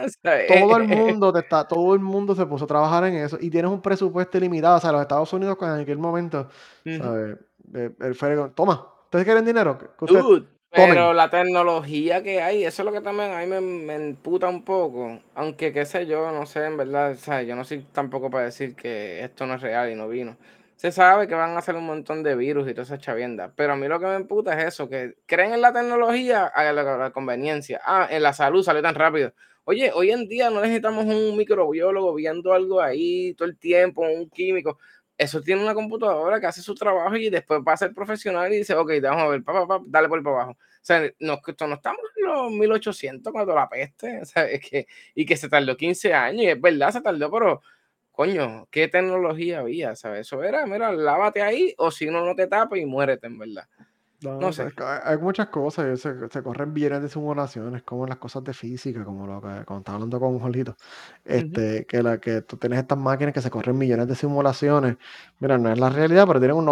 Todo el mundo se puso a trabajar en eso y tienes un presupuesto ilimitado. O sea, los Estados Unidos en aquel momento, Ujú. ¿sabes? El fue, toma, ¿ustedes quieren dinero? Que ustedes Dude, tomen. pero la tecnología que hay, eso es lo que también a mí me emputa un poco. Aunque, qué sé yo, no sé, en verdad, o sea, yo no soy tampoco para decir que esto no es real y no vino. Se sabe que van a hacer un montón de virus y toda esa chavienda, pero a mí lo que me emputa es eso, que creen en la tecnología a la conveniencia. Ah, en la salud salió tan rápido. Oye, hoy en día no necesitamos un microbiólogo viendo algo ahí todo el tiempo, un químico. Eso tiene una computadora que hace su trabajo y después va a ser profesional y dice, ok, vamos a ver, dale por para abajo. O sea, no estamos en los 1800 cuando la peste, o sea, y que se tardó 15 años, y es verdad, se tardó, pero coño, ¿qué tecnología había? ¿Sabes? Eso era, mira, lávate ahí, o si no, no te tapes y muérete, en verdad. No, No o sea, sé. es que hay muchas cosas, y se corren billones de simulaciones, como las cosas de física, como lo que cuando estaba hablando con Jorgito, Ujú. que tú tienes estas máquinas que se corren millones de simulaciones. Mira, no es la realidad, pero tienen un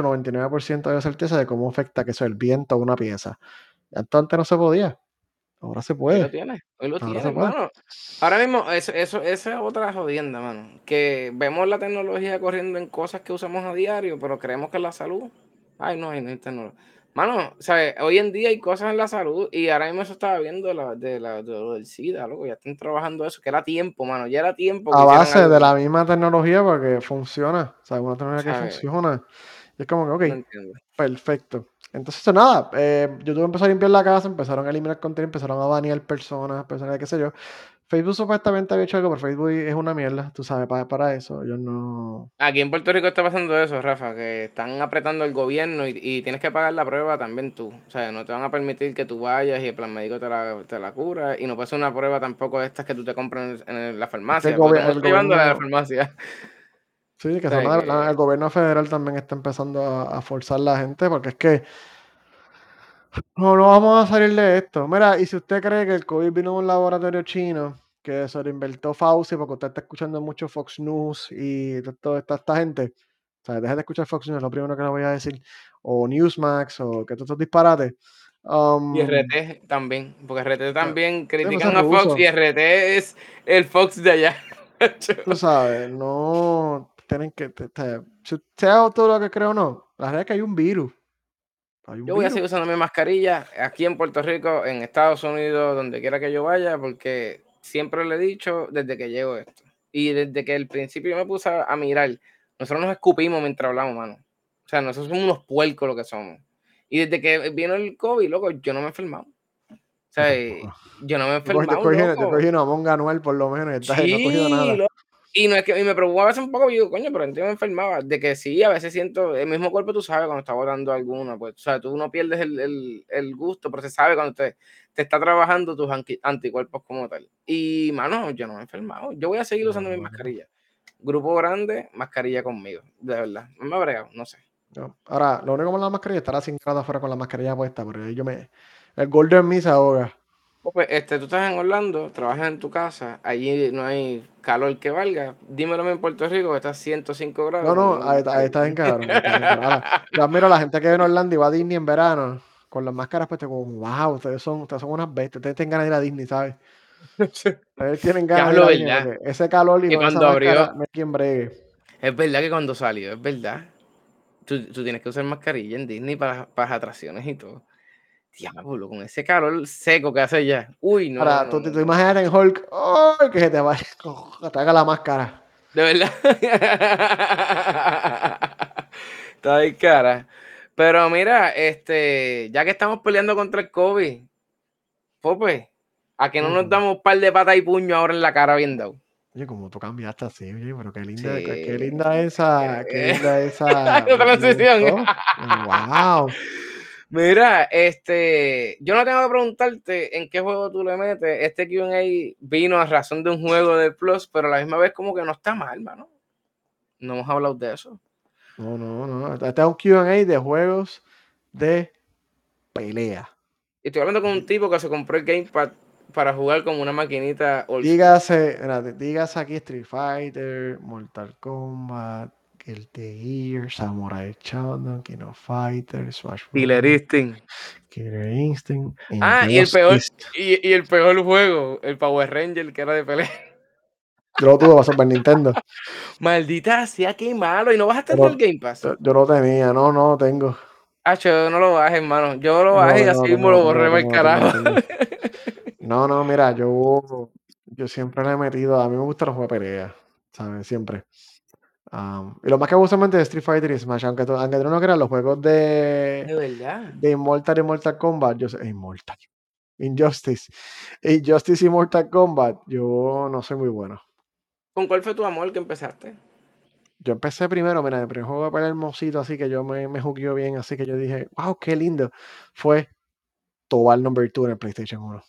98-99% de certeza de cómo afecta que eso el viento a una pieza. Antes no se podía, ahora se puede, Hoy lo ahora se tienes, puede. mano. Ahora mismo, esa es otra jodienda, mano. Que vemos la tecnología corriendo en cosas que usamos a diario, pero creemos que es la salud. Ay, no, ay, no hay tecnología. Mano, ¿sabes? Hoy en día hay cosas en la salud y ahora mismo eso estaba viendo de lo del SIDA, loco. Ya están trabajando eso, que era tiempo, mano. Ya era tiempo que A hicieran base algo de así. la misma tecnología porque funciona, o sea, una tecnología que ¿Sabes? funciona. Y es como que, No ok, entiendo. perfecto. Entonces, nada, YouTube empezó a limpiar la casa, empezaron a eliminar contenido, empezaron a banear personas, qué sé yo. Facebook supuestamente había hecho algo, pero Facebook es una mierda, tú sabes, para eso. Ellos no. Aquí en Puerto Rico está pasando eso, Rafa, que están apretando el gobierno y tienes que pagar la prueba también tú. O sea, no te van a permitir que tú vayas y el plan médico te la cura. Y no puede ser una prueba tampoco de estas que tú te compras en la Es que farmacia, porque todo el mundo el está llevándola a la gobierno, farmacia. sí, O que son sea, una de verdad, que el gobierno federal también está empezando a forzar a la gente, porque es que no vamos a salir de esto. Mira, y si usted cree que el COVID vino de un laboratorio chino, que se lo inventó Fauci, porque usted está escuchando mucho Fox News y toda esta gente, o sea, deje de escuchar Fox News, es lo primero que le voy a decir, o Newsmax, o que todos estos disparates. y Um, RT también, porque RT pues, también sí, pues es critican a Fox y ruso, RT es el Fox de allá. tú sabes, no tienen que, sea todo lo que creo o no, la verdad es que hay un Yo voy a virus. seguir usando mi mascarilla aquí en Puerto Rico, en Estados Unidos, donde quiera que yo vaya, porque siempre le he dicho desde que llego esto. Y desde que el principio yo me puse a mirar, nosotros nos escupimos mientras hablamos, mano. O sea, nosotros somos unos puercos lo que somos. Y desde que vino el COVID, loco, yo no me he enfermado. O Yo sea, tampoco. yo no me he Yo enfermado, cogí, yo loco. cogí una monga anual por lo menos, y no he cogido Sí, nada. y no es que y me preocupa a veces un poco, yo digo, coño, pero antes me enfermaba, de que sí, a veces siento el mismo cuerpo, tú sabes, cuando está botando alguna, pues, o sea, tú no pierdes el gusto, pero se sabe cuando te está trabajando tus anticuerpos como tal. Y, mano, yo no me he enfermado, yo voy a seguir usando mi No, mascarilla. Grupo grande, mascarilla conmigo, de verdad. No me ha bregado, no sé. no. Ahora, lo único con la mascarilla es estar a 5 grados afuera con la mascarilla puesta, porque el Golden me se ahoga. Pues, tú estás en Orlando, trabajas en tu casa, allí no hay calor que valga. Dímelo en Puerto Rico, que está a 105 No, grados con no, una ahí está mascarilla. bien cabrón, ahí está bien cabrón. Ahora, yo admiro a la gente que viene a Orlando y va a Disney en verano, con las máscaras puestas, como, wow, ustedes son unas bestias, ustedes tienen ganas de ir a Disney, ¿sabes? Ustedes tienen Que ganas de ir hablo a Disney, verdad. porque ese calor y Que con esa cuando máscara, abrió, no hay quien bregue. es verdad que cuando salió, es verdad. Tú tienes que usar mascarilla en Disney para las atracciones y todo. Diablo, con ese calor seco que hace ya. Uy, no, no, Ahora, no, no, tú no. imagínate en Hulk, ¡ay! Que se te vaya, que te haga la máscara. De verdad. Está ahí cara. Pero mira, ya que estamos peleando contra el COVID, pues, a que no nos Ujú. damos un par de patas y puño ahora en la cara bien dado. Oye, como tú cambiaste así, oye, pero Sí. qué linda esa, La me transición. gustó. Wow. Mira, yo no tengo que preguntarte en qué juego tú le metes. Este Q&A vino a razón de un juego de Plus, pero a la misma vez como que no está mal, mano. No hemos hablado de eso. No. Este es un Q&A de juegos de pelea. Y estoy hablando con un Y- tipo que se compró el Gamepad para jugar como una maquinita old school. Dígase aquí Street Fighter, Mortal Kombat, Guilty Gear, Samurai Shodown, King of Fighters, Smash Killer Bros. Instinct. Killer Instinct, Ah, y el peor, Injustice. y el peor juego, el Power Ranger, que era de pelea. Yo lo tuve para Super Nintendo, Maldita sea, qué malo. ¿Y no bajaste el del pero Game Pass? yo lo tenía, no lo tengo. Yo no lo bajé, hermano. Yo lo No lo bajé y tengo, no así lo mismo tengo, no lo lo tengo, no borré lo para el tengo, no lo tengo, no lo carajo. tengo. No, mira, yo siempre le he metido, a mí me gusta los juegos de pelea, ¿sabes? Siempre. Y lo más que usualmente de Street Fighter y Smash, aunque tú no creas, los juegos De verdad. de Immortal y Mortal Kombat, yo sé, Immortal, Injustice, Injustice y Mortal Kombat, yo no soy muy bueno. ¿Con cuál fue tu amor que empezaste? Yo empecé primero, mira, el primer juego de pelea hermosito, así que yo me jugué bien, así que yo dije, wow, qué lindo. Fue Tobal Number 2 en el PlayStation 1.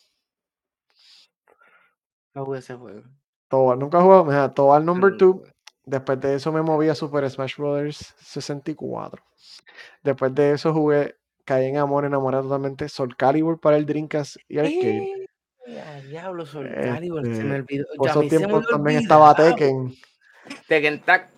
No jugué ese juego. Tobal, nunca he jugado, mira, Tobal Pero Number nunca 2. jugué. Después de eso me moví a Super Smash Bros. 64. Después de eso caí en amor, enamorado totalmente, Soul Calibur para el Dreamcast y Arcade. ¡Eh! A diablo, Soul Calibur, se me olvidó. Por A esos mí se me tiempos había también estaba olvidado. Tekken. Tekken Tag.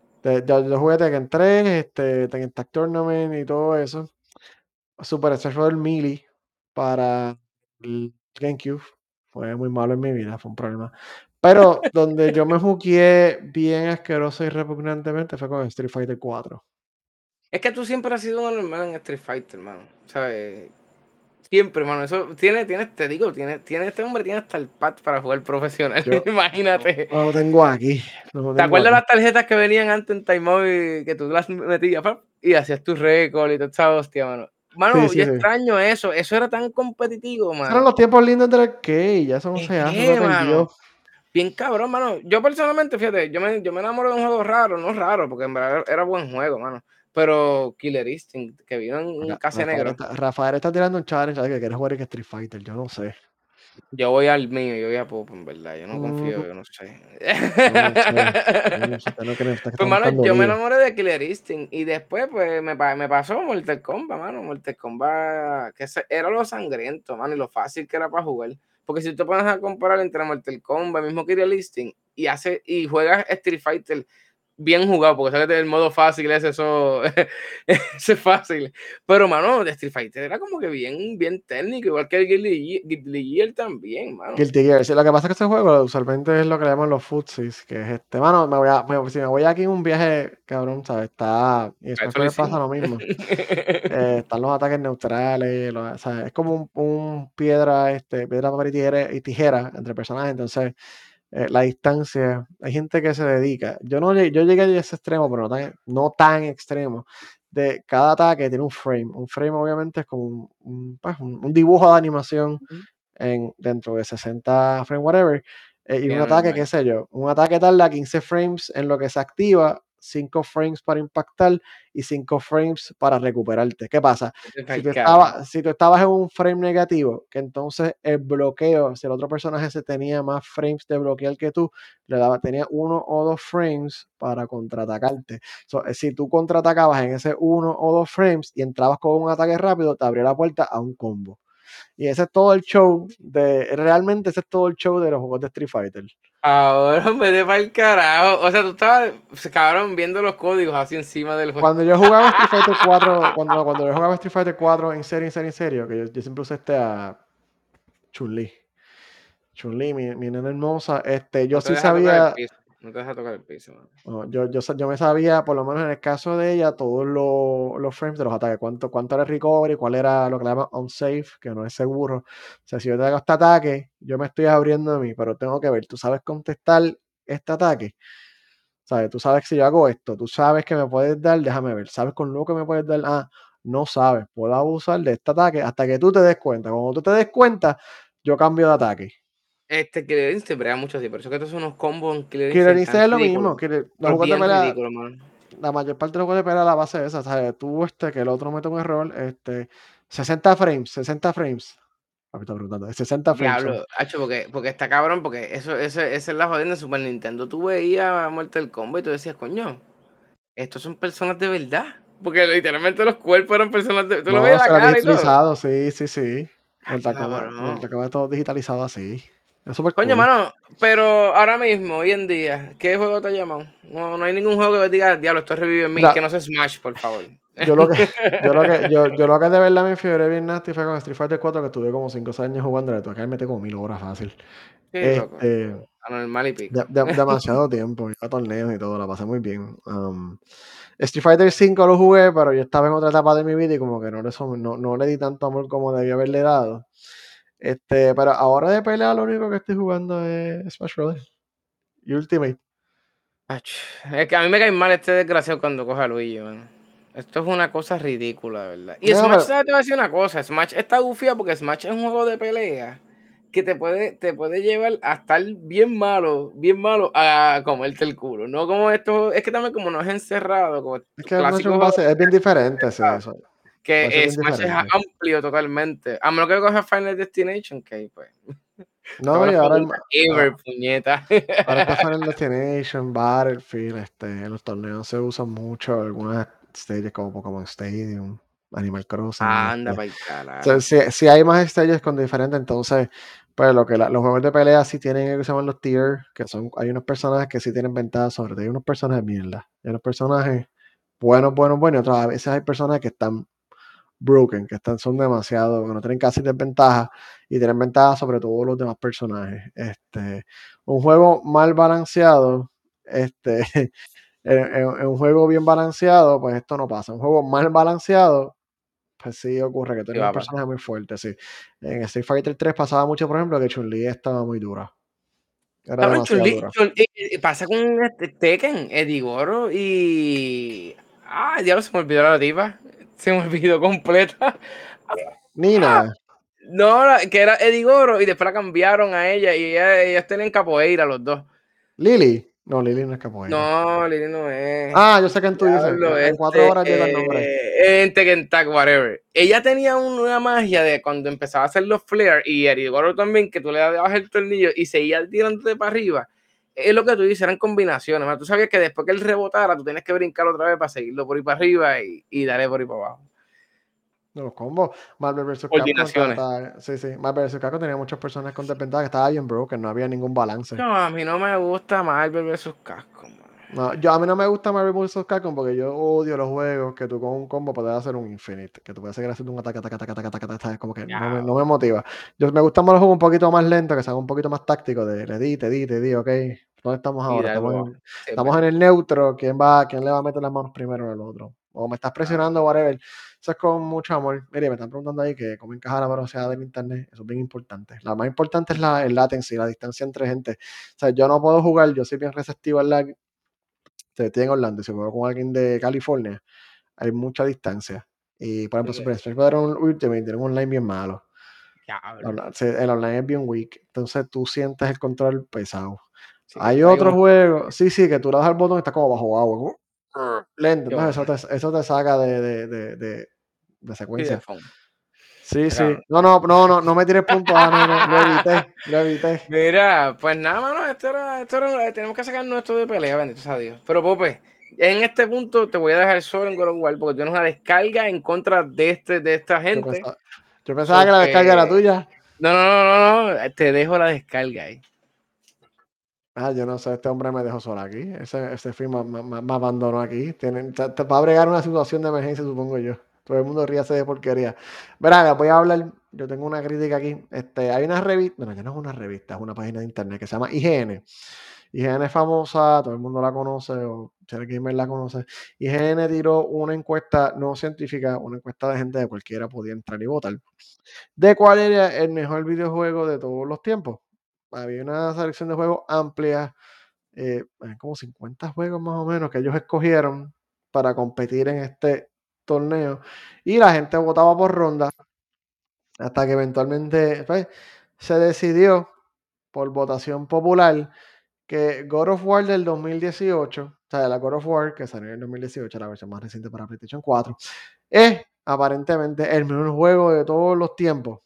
Yo jugué Tekken 3, Tekken Tag Tournament y todo eso. Super Smash Bros. Melee para el GameCube. Fue muy malo en mi vida, fue un problema. Pero donde yo me jugué bien asqueroso y repugnantemente fue con Street Fighter 4. Es que tú siempre has sido un hermano en Street Fighter, hermano. ¿Sabes? Siempre, hermano. Eso te digo, este hombre tiene hasta el pad para jugar profesional. Yo Imagínate. no lo tengo aquí, no lo ¿Te tengo acuerdas aquí. las tarjetas que venían antes en Time Out y que tú las metías ¡pap! Y hacías tu récord y toda esa hostia, mano? Sí, Mano, sí, yo sí. extraño eso. Eso era tan competitivo, Esos eran mano. los tiempos lindos del arcade, ya eso no Es se hace, se que, perdió. mano. Bien cabrón, mano. Yo personalmente, fíjate, yo me enamoro de un juego raro, no raro, porque en verdad era buen juego, mano. Pero Killer Instinct, que vino en un Mira, case negro. Rafael está tirando un challenge ahí que quiere jugar que Street Fighter, yo no sé. Yo voy al mío, yo voy a Popo, en verdad. Yo no confío, Mm, yo no sé. yo no sé, yo no sé, usted no cree, usted que está Pues, mano, buscando yo me lío. enamoré de Killer Instinct y después, pues, me pasó Mortal Kombat, mano. Mortal Kombat, era lo sangriento, mano, y lo fácil que era para jugar. Porque si tú te pones a comparar entre Mortal Kombat, mismo Killer Instinct, y juegas Street Fighter bien jugado, porque sabes que el modo fácil es eso, ese es fácil. Pero, mano, de Street Fighter era como que bien técnico, igual que el Guilty Gear también, mano. Guilty Gear, sí, lo que pasa es que ese juego usualmente es lo que le llaman los footsies, que es mano, si me voy aquí en un viaje, cabrón, ¿sabes? Y A Smash eso lo Bros. Pasa hicimos. lo mismo. Están los ataques neutrales, o sea, es como un piedra, papel y tijera entre personajes, entonces la distancia, hay gente que se dedica, yo llegué a ese extremo, pero no tan extremo, de cada ataque tiene un frame obviamente es como un dibujo de animación dentro de 60 frames, whatever, y un Bien ataque, qué normal. sé yo, un ataque tarda 15 frames en lo que se activa, 5 frames para impactar y 5 frames para recuperarte. ¿Qué pasa? Vete Si pa'l tú carajo. estabas, si tú estabas en un frame negativo, que entonces el bloqueo, si el otro personaje se tenía más frames de bloquear que tú, tenía 1 o 2 frames para contraatacarte. Si tú contraatacabas en ese 1 o 2 frames y entrabas con un ataque rápido, te abría la puerta a un combo. Y ese es todo el show realmente ese es todo el show de los juegos de Street Fighter. Ahora me de pa'l carajo. O sea, tú estabas, cabrón, viendo los códigos así encima del juego. Cuando yo jugaba Street Fighter 4, cuando yo jugaba Street Fighter 4 en serio, que yo siempre usé a Chun-Li. Chun-Li, mi nena hermosa, yo No te sí deja tocar el sabía, piso. No te deja tocar el piso, mano. no, yo me sabía, por lo menos en el caso de ella, todos los frames de los ataques, cuánto era el recovery, cuál era lo que le llaman unsafe, que no es seguro. O sea, si yo te hago este ataque, yo me estoy abriendo a mí, pero tengo que ver, ¿tú sabes contestar este ataque? ¿Sabes? Tú sabes que si yo hago esto, tú sabes que me puedes dar, déjame ver, ¿sabes con lo que me puedes dar? Ah, no sabes, puedo abusar de este ataque hasta que tú te des cuenta. Cuando tú te des cuenta, yo cambio de ataque. Killer Instinct brega mucho así. Por eso que estos son unos combos en Killer Killer Instinct tan Instinct es lo ridículos. mismo, que los Pero juegos de bien pelea, ridículos, mano. la mayor parte de los juegos de pelea la base es esa, ¿sabes? Tú, que el otro mete un error, 60 frames, 60 frames. Papi, estoy preguntando, 60 frames son. Diablo, hacho, porque está cabrón, porque esa es la jodienda de Super Nintendo. Tú veías a Mortal Kombat y tú decías, coño, estos son personas de verdad. Porque literalmente los cuerpos eran personas de... Tú lo No, veías la se lo han cara y todo. digitalizado, sí, sí, sí. El Cabrón. Tacoma es todo digitalizado así. Es súper Coño, cool. mano, pero ahora mismo, hoy en día, ¿qué juego te ha llamado? No, no hay ningún juego que diga, diablo, esto revive en mí, que Mira, no sea Smash, por favor. yo lo que, yo lo que de verdad me fiebre bien nasty fue con Street Fighter 4, que estuve como 5 o 6 años jugando, le tuve que meter como 1000 horas fácil. Sí, loco. Este, Anormal y pico. demasiado tiempo, iba a torneos y todo, la pasé muy bien. Street Fighter 5 lo jugué, pero yo estaba en otra etapa de mi vida y como que no le di tanto amor como debía haberle dado. Pero ahora de pelea lo único que estoy jugando es Smash Bros. Y Ultimate. Ach, es que a mí me cae mal este desgraciado cuando coge a Luigi, mano. Esto es una cosa ridícula, de verdad. Y No, Smash, pero ¿sabes? Te voy a decir una cosa. Smash está gufía porque Smash es un juego de pelea que te puede llevar a estar bien malo, a comerte el culo. No como esto, es que también como no es encerrado, como es tu que Smash clásico juego es bien diferente, sí, encerrado, eso. que Puede ser bien Smash es diferente. amplio totalmente. A menos que cojas Final Destination, que pues, No, todas y las favoritas ever, puñeta. ahora está Final Destination, Battlefield, en los torneos se usan mucho algunas stages como Pokémon Stadium, Animal Crossing, Anda pa'l sea, carajo. si hay más stages con diferentes, entonces, pues los juegos de pelea sí tienen lo que se llaman los tiers, hay unos personajes que sí tienen ventaja sobre ti, hay unos personajes mierda, hay unos personajes buenos, buenos, buenos, y otros a veces hay personajes que están broken, son demasiado, que no tienen casi desventaja y tienen ventaja sobre todos los demás personajes. Un juego mal balanceado, en un juego bien balanceado, pues esto no pasa. Un juego mal balanceado, pues sí ocurre que Sí, tiene un papá. personaje muy fuerte, sí. En Street Fighter 3 pasaba mucho, por ejemplo, que Chun-Li estaba muy dura. Era Cabrón, demasiado dura. pasa con Tekken, Edigoro y. Ah, diablo, se me olvidó la tipa. Se me olvidó completa. Ah, Nina, no, que era Edigoro y después la cambiaron a ella y ellas tenían capoeira los dos. Lily. No, Lily no es capoeira. No, Lili no es. Ah, yo sé quién tú dices. Diablo, En 4 horas llega el nombre. En Tekken Tag, whatever. Ella tenía una magia de cuando empezaba a hacer los flares y Erigoro también, que tú le dabas el tornillo y seguía tirándote para arriba. Es lo que tú dices, eran combinaciones. ¿No? Tú sabías que después que él rebotara, tú tienes que brincar otra vez para seguirlo por ahí para arriba y darle por ahí para abajo. De los combos, Marvel vs. Capcom Coordinaciones. sí, sí, Marvel vs. Capcom tenía muchas personas con desventaja, que estaba bien broken, no había ningún balance. No, a mí no me gusta Marvel vs. Capcom. No, a mí no me gusta Marvel vs. Capcom porque yo odio los juegos que tú con un combo puedes hacer un infinite, que tú puedes seguir haciendo un ataque, ataque, ataque, ataque, ataque, ataque, como que Ya, no me motiva. Me gustan más los juegos un poquito más lentos, que sean un poquito más tácticos, de te di, ok, ¿dónde estamos y ahora? darle por abajo. Sí, es Estamos en verdad. el neutro, quién le va a meter las manos primero en el otro? O me estás presionando, Cabrón. whatever. Eso es con mucho amor. Mire, me están preguntando ahí que cómo encaja la velocidad del internet, eso es bien importante. La más importante es el latency, la distancia entre gente. O sea, yo no puedo jugar, yo soy bien receptivo al lag, estoy en Orlando y si juego con alguien de California, hay mucha distancia. Y por ejemplo, Sí, Super Smash Bros. Era un Ultimate, tiene un online bien malo. diablo. El online es bien weak. Entonces tú sientes el control pesado. Sí, que Hay está ahí otros un juegos, sí, sí, que tú le das al botón y está como bajo agua. Lento. yo, Entonces eso te saca de sí, de secuencia. fondo. Sí, sí. Mira, No me tires puntos. Ah, no. Lo evité, lo evité. mira, pues nada, mano, tenemos que sacar nuestro de pelea, bendito sea Dios. Pero, Pope, en este punto te voy a dejar solo en God of War porque tienes una descarga en contra de esta Yo gente. pensaba, yo pensaba que So la descarga era que, tuya. no, te dejo la descarga ahí. Ah, yo no sé, este hombre me dejó solo aquí. Ese film me abandonó aquí. Te va a bregar una situación de emergencia, supongo yo. Todo el mundo ríase de porquería. Verá, voy a hablar. Yo tengo una crítica aquí. Hay una revista, bueno, ya no es una revista, es una página de internet que se llama IGN. IGN es famosa, todo el mundo la conoce, o Cher Gamer la conoce. IGN tiró una encuesta no científica, una encuesta de gente de cualquiera podía entrar y votar, de cuál era el mejor videojuego de todos los tiempos. Había una selección de juegos amplia, hay como 50 juegos más o menos que ellos escogieron para competir en este torneo, y la gente votaba por ronda hasta que eventualmente, pues, se decidió por votación popular que God of War del 2018, o sea, la God of War que salió en el 2018, la versión más reciente para PlayStation 4, es aparentemente el mejor juego de todos los tiempos.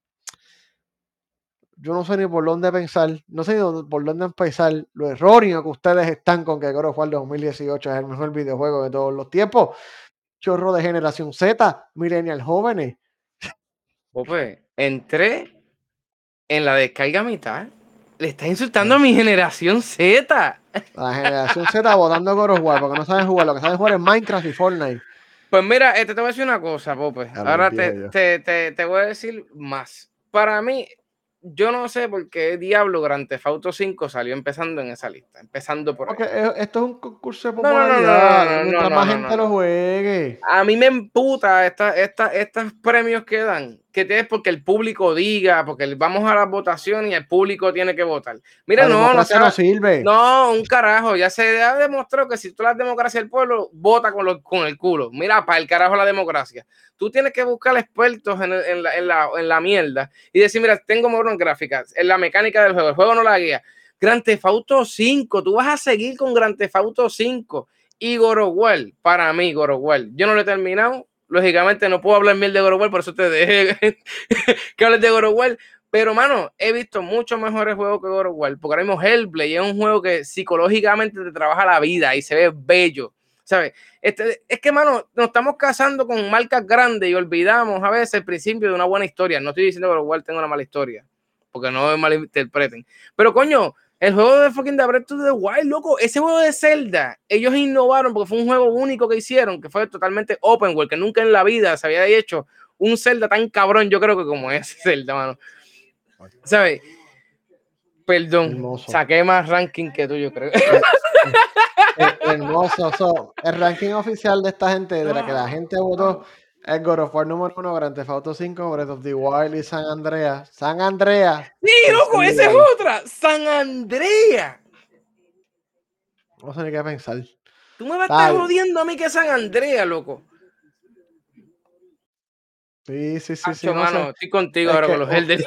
Yo no sé ni por dónde pensar, no sé ni por dónde empezar lo erróneo que ustedes están con que God of War 2018 es el mejor videojuego de todos los tiempos. Chorro de generación Z, millennial jóvenes. Pope, entré en la descarga a mitad. Le está insultando a mi generación Z. La generación Z votando God of War porque no saben jugar. Lo que saben jugar es Minecraft y Fortnite. Pues mira, te voy a decir una cosa, Pope. A lo Ahora viejo yo. te voy a decir más. Para mí, yo no sé por qué diablo Grand Theft Auto 5 salió empezando en esa lista, empezando por ahí. Porque esto es un concurso de No, no, no, no, popularidad. no, no, Mientras no, más no, no, gente lo no. juegue. A mí me emputa estos premios que dan, que es porque el público diga, porque vamos a la votación y el público tiene que votar. Mira, La no, no democracia no sea, sirve. no, un carajo, ya se ha demostrado que si tú la democracia del pueblo, vota con el culo. Mira, para el carajo la democracia. Tú tienes que buscar expertos en la mierda y decir, mira, tengo modelos gráficas, en la mecánica del juego, el juego no la guía. Grand Theft Auto 5, tú vas a seguir con Grand Theft Auto 5 y God of War, para mí, God of War, yo no lo he terminado. Lógicamente no puedo hablar bien de God of War, por eso te dejé que hables de God of War. Pero, mano, he visto muchos mejores juegos que God of War. Porque ahora mismo Hellblade es un juego que psicológicamente te trabaja la vida y se ve bello. ¿Sabes? Es que, mano, nos estamos casando con marcas grandes y olvidamos a veces el principio de una buena historia. No estoy diciendo que God of War tenga una mala historia, porque no me malinterpreten. Pero, coño, el juego de fucking The Breath of the Wild, loco, ese juego de Zelda, ellos innovaron porque fue un juego único que hicieron, que fue totalmente open world, que nunca en la vida se había hecho un Zelda tan cabrón, yo creo que como ese Zelda, mano. ¿Sabes? Perdón, Hermoso. saqué más ranking que tú, yo creo. Hermoso. El ranking oficial de esta gente, de la que la gente votó, es God of War número 1, Grand Theft Auto 5, Breath of the Wild y San Andreas. San Andreas. Sí, loco, Tercer esa es lugar. otra. San Andrea. No sé ni qué pensar. Tú me vas a estar Tal. jodiendo a mí que San Andrea, loco. Sí, Hacho, no sé. mano, estoy contigo Es ahora con que los Elders.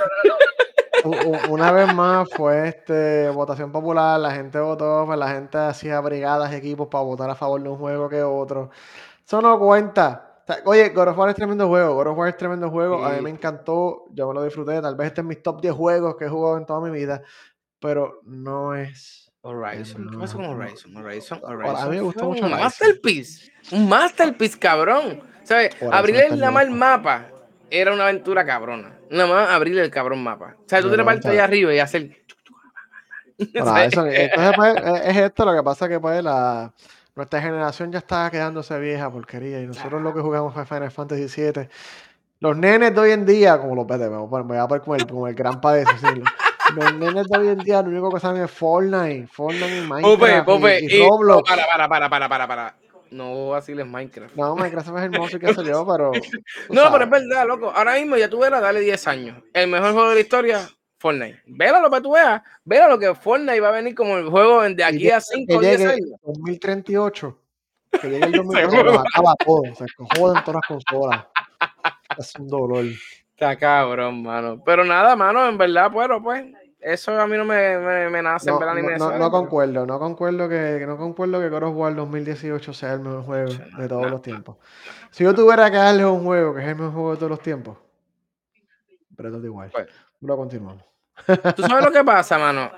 una vez más fue votación popular, la gente votó, pues la gente hacía brigadas, equipos para votar a favor de un juego que otro. Eso no cuenta. O sea, oye, God of War es tremendo juego, God of War es tremendo juego, a mí me Sí. encantó, yo me lo disfruté, tal vez este es mis top 10 juegos que he jugado en toda mi vida, pero no es... Horizon, ¿qué pasa con Horizon? A mí Horizon me fue gustó mucho un Horizon. masterpiece. Un masterpiece, cabrón. ¿Sabes? Horizon Abrir está el hermoso. mapa era una aventura cabrona. Nada más abrir el cabrón mapa. O sea, tú te Pero, o partes allá sea, arriba y hacer. ¿Sabes? Horizon, entonces pues es esto lo que pasa que pues nuestra generación ya está quedándose vieja porquería y nosotros lo que jugamos fue Final Fantasy 7. Los nenes de hoy en día, como los vete, me voy a poner como el gran padre de decirlo. Los nenes de hoy en día lo único que saben es Fortnite y Pope, Minecraft Pope, y y no, Roblox. para. No vaciles Minecraft. No, Minecraft es hermoso y qué sé yo, pero tú No, pero es sabes. verdad, loco. Ahora mismo ya tú verás, dale 10 años. El mejor juego de la historia, Fortnite. Vélalo para que tú veas. Vélalo que Fortnite va a venir como el juego de Y aquí tiene a que 5 o 10 llegue años. 2038, que llegue el 2038, Seguro. los acaba todos, se joden todas las consolas. Es un dolor. Está cabrón, mano. Pero nada, mano, en verdad, bueno, pues, eso a mí no me nace, en No, verdad, ni no, me no, sale, pero... no concuerdo que God of War 2018 sea el mejor juego de todos No, los tiempos. Si yo tuviera que darle un juego que es el mejor juego de todos los tiempos, Breath of the Wild. pues, Lo continuamos. ¿tú sabes lo que pasa, mano?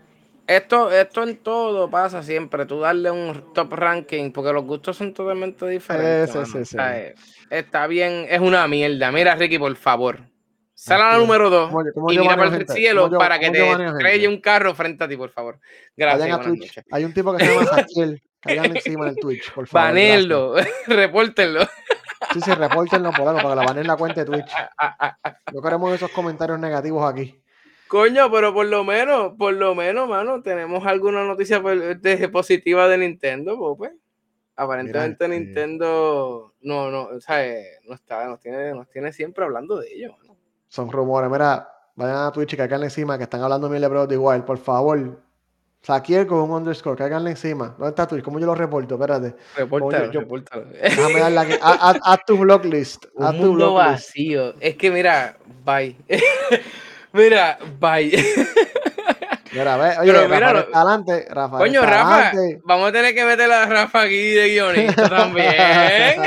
Esto en todo pasa siempre. Tú darle un top ranking, porque los gustos son totalmente diferentes, mano. O Sí. sea, está bien, es una mierda. Mira, Ricky, por favor. Sal a la Activo. número 2 ¿Cómo y yo mira baneo para el gente? cielo para que Cómo yo te baneo estrelle gente? un carro frente a ti, por favor. Vayan Gracias y a buenas Twitch. noches. Hay un tipo que se llama Saquiel. Cáiganle encima en el Twitch, por favor. Gracias. Banenlo, repórtenlo. Sí, repórtenlo por algo para que la baneen la cuenta de Twitch. No queremos esos comentarios negativos aquí. Coño, pero por lo menos, mano, tenemos alguna noticia positiva de Nintendo, pues. Mira, Aparentemente Nintendo no, o sea, no está, nos tiene siempre hablando de ello, mano. son rumores. Mira, vayan a Twitch y cáiganle encima que están hablando mil de Breath of the Wild. Por favor. Saquiel con un underscore. Cáiganle encima. ¿Dónde está Twitch? ¿Cómo yo lo reporto? Espérate. ¿Cómo Repórtalo. déjame darle aquí. Haz tu blocklist. Un Haz tu mundo blocklist. vacío. Es que mira, bye. Mira, bye. Mira, ve, oye, Pero Rafael míralo. está adelante. Rafael Coño, está Rafa, adelante. vamos a tener que meter a Rafa aquí de guionista también.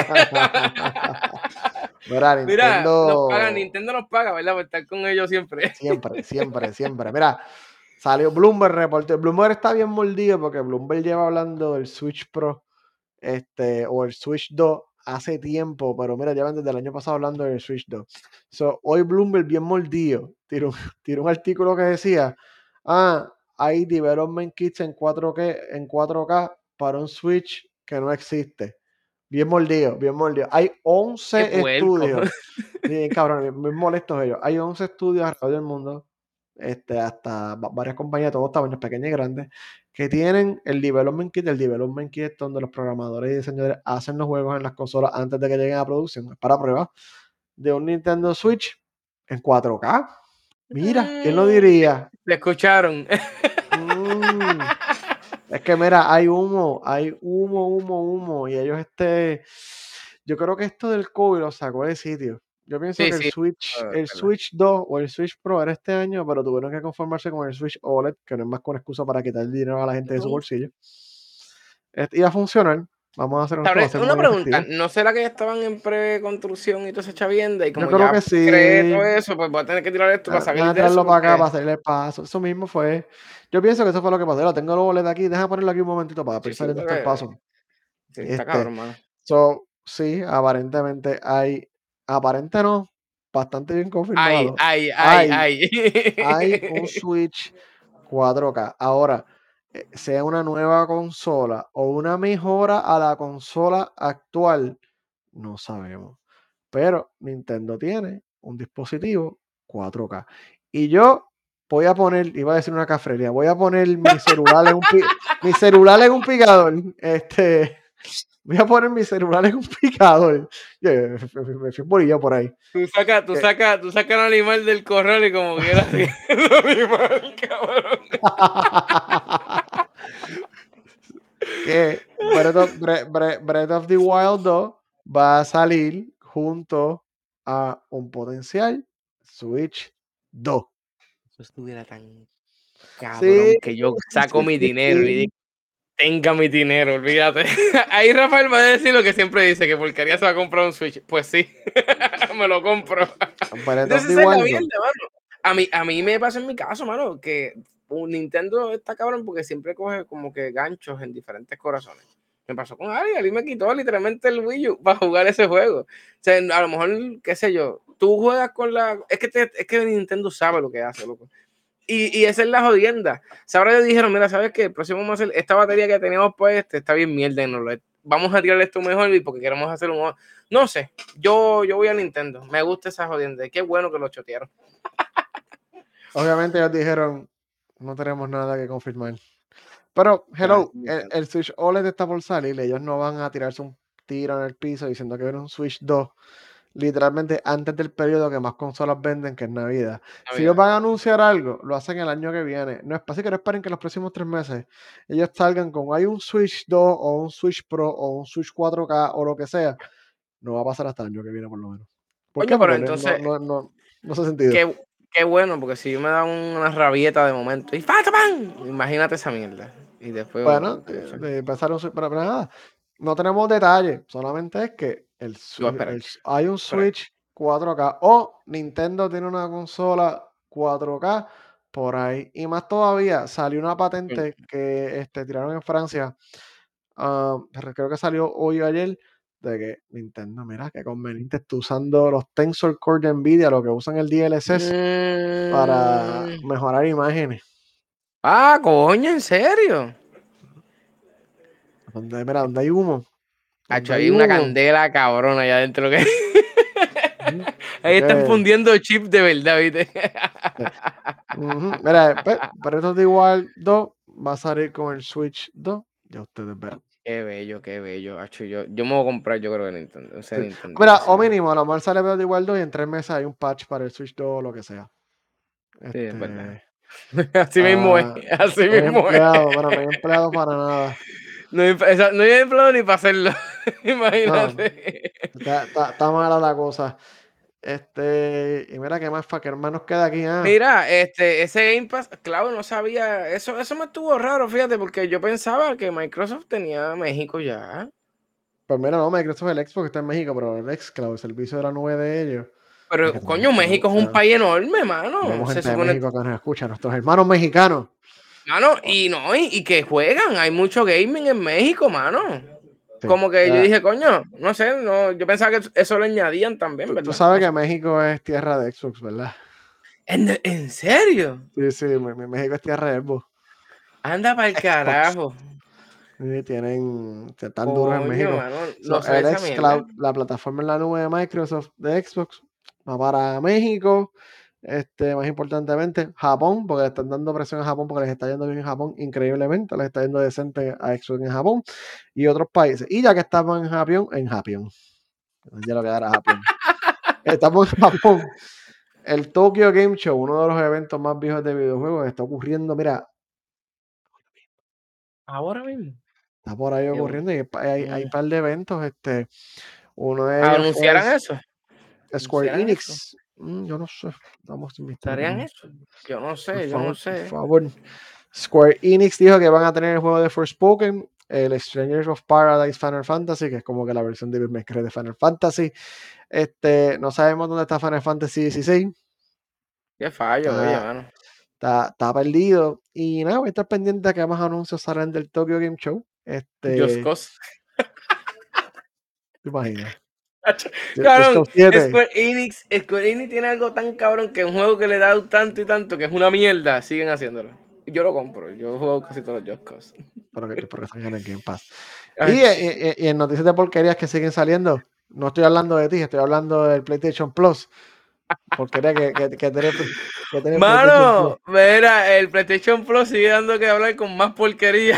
Mira, Mira, Nintendo. Nintendo nos paga, ¿verdad? Por estar con ellos siempre. Siempre. Mira, salió Bloomberg reportó. Bloomberg está bien mordido porque Bloomberg lleva hablando del Switch Pro o el Switch 2 hace tiempo, pero mira, llevan desde el año pasado hablando del Switch 2. So, hoy Bloomberg, bien mordido, tiró un artículo que decía, hay development kits en 4K para un Switch que no existe. Bien mordido, bien mordido. Hay Qué 11 puerco. estudios. Bien, cabrón, muy molestos ellos. Hay 11 estudios alrededor del mundo, hasta varias compañías de todos tamaños, pequeñas y grandes, que tienen el development kit. El development kit es donde los programadores y diseñadores hacen los juegos en las consolas antes de que lleguen a producción, es para prueba, de un Nintendo Switch en 4K. Mira, ¿quién lo diría? ¿Le escucharon? Mm, Es que mira, hay humo, humo, y ellos yo creo que esto del COVID lo sacó de sitio. Yo pienso Sí, que sí. el ¿Verdad? Switch 2 o el Switch Pro era este año, pero tuvieron que conformarse con el Switch OLED, que no es más que una excusa para quitar dinero a la gente de su bolsillo. Iba a funcionar, vamos a hacer esto, va a ser Una muy pregunta, efectivo. ¿no será que ya estaban en preconstrucción y todo se chavienda? Y Yo como creo que ya creé sí. todo eso, pues voy a tener que tirar esto para salir Nada, de eso tirarlo para acá, para porque... hacerle el paso. Eso mismo fue. Yo pienso que eso fue lo que pasó. Lo tengo el OLED aquí, deja ponerlo aquí un momentito para Sí, pensar sí, en esto el porque paso. sí, está Este, cabrón, mano. sí, aparentemente aparente no, bastante bien Ay, confirmado. ay, ay, Hay, ay. hay un Switch 4K. Ahora, sea una nueva consola o una mejora a la consola actual, no sabemos. Pero Nintendo tiene un dispositivo 4K. Y yo voy a poner, iba a decir una cafrería, voy a poner mi celular en un picador. Voy a poner mi celular en un picador. Me fui bolilla por ahí. Que- Tú sacas al animal del corral y como quieras el animal, cabrón. que Breath of the Wild 2 va a salir junto a un potencial Switch 2. Eso estuviera tan Sí, cabrón que yo saco sí, mi sí, dinero y digo, sí. tenga mi dinero, olvídate. Ahí Rafael va a decir lo que siempre dice, que porcaría se va a comprar un Switch. Pues sí, me lo compro. Breath of Entonces the esa es la Wild 2. mierda, mano. A mí me pasa en mi caso, mano, que un Nintendo está cabrón porque siempre coge como que ganchos en diferentes corazones. Me pasó con Ali me quitó literalmente el Wii U para jugar ese juego. O sea, a lo mejor, qué sé yo, tú juegas con la... Es que Nintendo sabe lo que hace, loco. Y esa es la jodienda. Ahora ellos dijeron, mira, ¿sabes qué? El próximo vamos a hacer esta batería que teníamos pues está bien mierda. Vamos a tirarle esto mejor y porque queremos hacer un... No sé, yo voy a Nintendo. Me gusta esa jodienda. Qué bueno que lo chotearon. Obviamente ellos dijeron, no tenemos nada que confirmar. Pero, Ya, hello, el Switch OLED está por salir. Ellos no van a tirarse un tiro en el piso diciendo que viene un Switch 2 literalmente antes del periodo que más consolas venden, que es Navidad. Si ellos Navidad. van a anunciar algo, lo hacen el año que viene. No es así que no esperen que los próximos 3 meses ellos salgan con hay un Switch 2 o un Switch Pro o un Switch 4K o lo que sea. No va a pasar hasta el año que viene por lo menos. ¿Por Coño, qué? pero Porque entonces, no hace sentido. qué, qué bueno, porque si yo me da una rabieta de momento y ¡pata, pan! Imagínate esa mierda. Y después, Bueno, no sé, de empezar pero nada, no tenemos detalles, solamente es que yo voy a esperar. hay un Pero, Switch 4K o Nintendo tiene una consola 4K por ahí. Y más todavía, salió una coño, patente que tiraron en Francia, creo que salió hoy o ayer, de que Nintendo, mira, qué conveniente, está usando los Tensor Core de Nvidia, lo que usan el DLSS, para mm, mejorar imágenes. coño, ¿en serio? Mira, donde hay humo, donde Hacho, hay hay una humo. candela cabrona allá adentro que Ujú. ahí están fundiendo chips de verdad, ¿viste? Ujú. Mira, Breath of the Wild 2 va a salir con el Switch 2. Ya ustedes verán. Qué bello, hacho. Yo me voy a comprar, yo creo que Nintendo, ese Sí. Nintendito, Mira, sí. o mínimo, a lo mejor sale Breath of the Wild 2 y en 3 meses hay un patch para el Switch 2 o lo que sea. Sí, es verdad. Este, Así mismo es, así no hay mismo es. empleado, bueno, no hay empleado para nada. No hay empleado ni para hacerlo, No, imagínate. está mala la cosa. Y mira qué más, qué más nos queda aquí. Mira, ese Game Pass, claro, no sabía, eso me estuvo raro, fíjate, porque yo pensaba que Microsoft tenía México ya. Pues mira, no, Microsoft el Xbox está en México, pero el xCloud, el servicio de la nube de ellos. Pero, Es que coño, México es un país enorme, mano. tenemos Se gente de supone, México que nos escucha, nuestros hermanos mexicanos. mano, y no, y que juegan. Hay mucho gaming en México, mano. como que yo dije, coño, no sé, no, yo pensaba que eso lo añadían también, Tú ¿verdad? sabes No que sé. México es tierra de Xbox, ¿verdad? ¿En serio? Sí, México es tierra de Xbox. Anda para el Xbox. carajo. Sí, están duros en Coño, México. mano, no So, sabía el esa mierda. xCloud, la plataforma en la nube de Microsoft de Xbox, va para México. Más importantemente, Japón, porque le están dando presión a Japón porque les está yendo bien en Japón, increíblemente, les está yendo decente a Xbox en Japón y otros países. Y ya que estamos en Japón, ya lo que era Japón. Estamos en Japón. El Tokyo Game Show, uno de los eventos más viejos de videojuegos, está ocurriendo, mira, Ahora mismo. está por ahí ocurriendo y hay un par de eventos. Uno de ellos fue ¿Anunciarán eso? Square ¿Anunciarán eso? Enix. Yo no sé, vamos a ¿Estarían investigar. eso? Yo no Por sé, yo no favor, por sé. favor. Square Enix dijo que van a tener el juego de Forspoken, el Strangers of Paradise Final Fantasy, que es como que la versión de Devil May Cry de Final Fantasy. No sabemos dónde está Final Fantasy 16. Qué fallo, oye, Está, mano. está perdido. Y nada, voy a estar pendiente a que más anuncios salen del Tokyo Game Show. Just ¿Te Cause. imaginas? Just Cabrón, Cause 7. Square Enix tiene algo tan cabrón que un juego que le da tanto y tanto que es una mierda, siguen haciéndolo. Yo lo compro, yo juego casi todos los Just Cause. Porque están en el Game Pass. Ach, Y en noticias de porquerías que siguen saliendo, no estoy hablando de ti, estoy hablando del PlayStation Plus. Porquería que tener PlayStation Plus. mano, mira, el PlayStation Plus sigue dando que hablar con más porquería.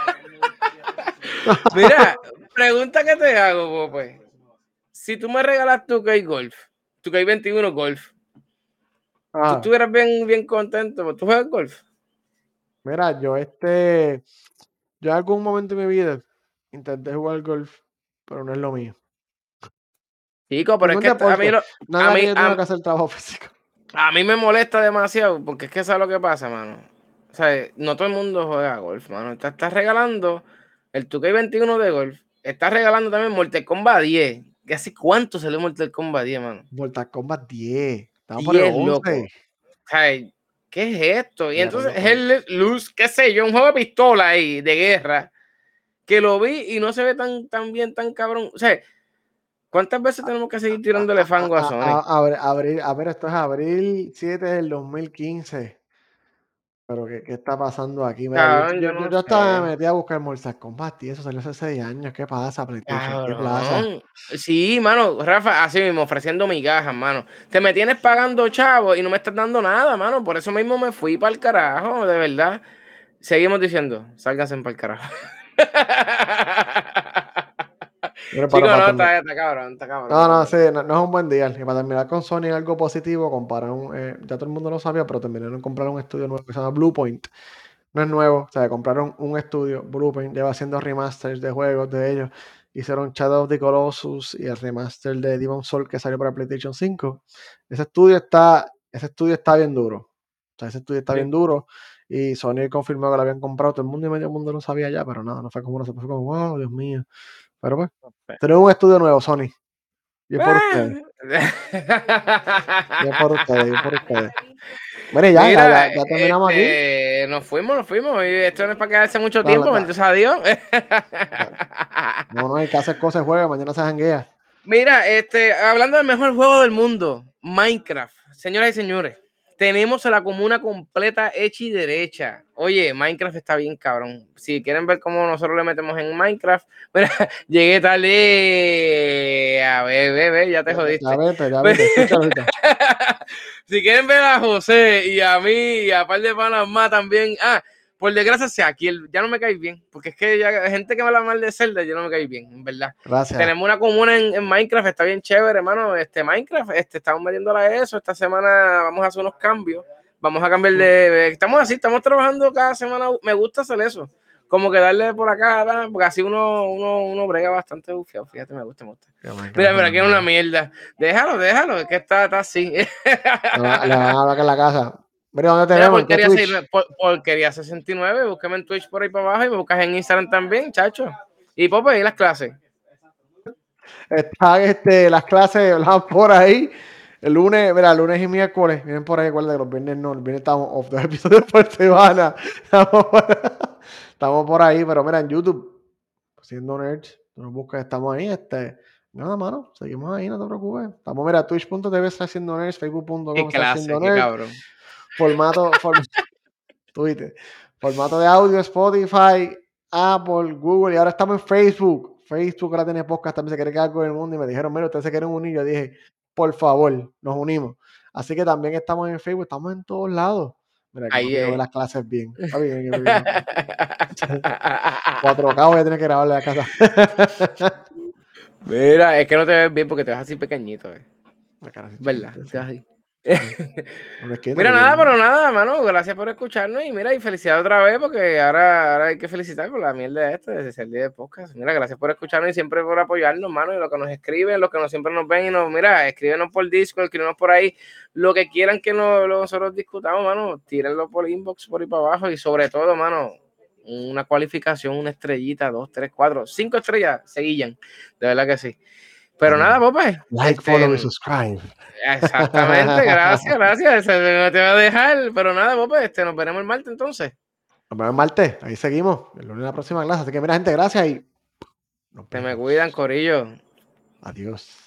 Mira, pregunta que te hago, pues. Si tú me regalas tu K Golf, tu K 21 Golf, tú Ah, estuvieras bien, bien contento, pues, ¿tú juegas golf? mira, yo en algún momento de mi vida intenté jugar golf, pero no es lo mío. Chico, pero es Ningún que a mí, deporte, a nada que mí, yo tenga que hacer trabajo físico. a mí me molesta demasiado porque es que ¿sabes lo que pasa, mano? O sea, no todo el mundo juega golf, mano. Estás regalando el 2K21 de golf. Estás regalando también Mortal Kombat 10. ¿Qué hace cuánto salió Mortal Kombat 10, mano? Mortal Kombat 10. Estamos por el 10, loco. 11. O sea, ¿qué es esto? Y Oye, entonces cuando, es cuando- el Luz, qué sé yo, un juego de pistola ahí, de guerra, que lo vi y no se ve tan bien, tan cabrón. O sea, ¿cuántas veces tenemos que seguir tirándole fango a Sony? a ver, esto es abril 7 del 2015. Pero ¿qué está pasando aquí? Mira, Cabrón, yo no yo estaba sé. metido a buscar Mortal Kombat y eso salió hace 6 años. ¿Qué pasa, PlayStation? ¿Qué pasa? Cabrón. Sí, mano, Rafa, así mismo, ofreciendo migajas, mano. Te me tienes pagando, chavo, y no me estás dando nada, mano. Por eso mismo me fui para el carajo, de verdad. Seguimos diciendo, sálganse para el carajo. Pero Chico, no, terminar. está cabrón, No, de no, sí, verdad. no es un buen día. Y para terminar con Sony, algo positivo, compraron, ya todo el mundo lo sabía, pero terminaron de comprar un estudio nuevo que se llama Bluepoint. No es nuevo, o sea, compraron un estudio, Bluepoint, lleva haciendo remasters de juegos de ellos. Hicieron Shadow of the Colossus y el remaster de Demon's Souls que salió para PlayStation 5. Ese estudio está bien duro. O sea, ese estudio está Sí, bien duro. Y Sony confirmó que lo habían comprado. Todo el mundo y medio mundo lo sabía ya, pero nada, no fue como fue como, wow, Dios mío. Pero pues, tenemos un estudio nuevo, Sony. Bien por ustedes. Bien por ustedes, bien por ustedes. Mire, Mira, ya terminamos aquí. nos fuimos. Y esto no es para quedarse mucho Dale, tiempo, bendito sea Dios. dale. No, no hay que hacer cosas de juego, mañana se janguea. Mira, hablando del mejor juego del mundo, Minecraft. Señoras y señores, tenemos a la comuna completa hecha y derecha. Oye, Minecraft está bien cabrón. Si quieren ver cómo nosotros le metemos en Minecraft, mira, llegué tarde. A ver, ya te jodiste. Ya vete, escúchalo ahorita. Si quieren ver a José y a mí y a par de panas más también. Por desgracia, sea aquí ya no me cae bien, porque es que ya gente que me habla mal de Zelda, yo no me cae bien, en verdad. Gracias. Tenemos una comuna en Minecraft, está bien chévere, hermano. Minecraft, estamos metiéndola a eso. Esta semana vamos a hacer unos cambios. Vamos a cambiar estamos así, estamos trabajando cada semana. Me gusta hacer eso. Como que darle por acá, ¿verdad? Porque así uno brega bastante bufiado. Fíjate, me gusta, me gusta. Que Minecraft Mira, es una aquí es una mierda. mierda. Déjalo, es que está así. Le van a hablar en la casa. Mira, ¿dónde te Mira, vemos? ¿En qué Twitch? porquería 69, búsqueme en Twitch por ahí para abajo y me buscas en Instagram también, chacho. Y pues, y las clases. Están las clases van por ahí. El lunes, mira, el lunes y miércoles vienen por ahí. Recuerda que los viernes no, el viernes estamos off, 2 episodios por semana. Estamos por ahí, pero mira, en YouTube, siendo nerds, Tú nos buscas, estamos ahí, nada, mano, seguimos ahí, no te preocupes. Estamos, mira, twitch.tv haciendo nerds, Qué facebook.com clase, haciendo qué nerds, cabrón. Twitter, formato de audio, Spotify, Apple, Google, y ahora estamos en Facebook. Facebook ahora tiene podcast, también se quiere quedar con el mundo, y me dijeron, mira, ustedes se quieren unir, yo dije, por favor, nos unimos. Así que también estamos en Facebook, estamos en todos lados. Mira, que Ahí papi no ve es. las clases bien. Papi, no. 4K voy a tener que grabarle a la casa. Mira, es que no te ves bien porque te ves así pequeñito, La cara así ¿verdad? chiquitita, Te sí. ves así. Sí. No es que Mira, nada, pero nada, mano. Gracias por escucharnos y mira, y felicidades otra vez porque ahora hay que felicitar por la mierda de esto, de ser día de podcast. Mira, gracias por escucharnos y siempre por apoyarnos, mano, y los que nos escriben, los que siempre nos ven y mira, escríbenos por Discord, escríbenos por ahí, lo que quieran que nosotros discutamos, mano, tírenlo por inbox, por ahí para abajo y sobre todo, mano, una cualificación, una estrellita, 2, 3, 4, 5 estrellas, seguillan, de verdad que sí. Pero nada, pues, like, follow y subscribe. exactamente, gracias. Se no te va a dejar, pero nada, pues, nos veremos el martes entonces. Nos vemos el martes, ahí seguimos. El lunes en la próxima clase. Así que mira, gente, gracias y nos Se me vemos. cuidan, corillo. Adiós.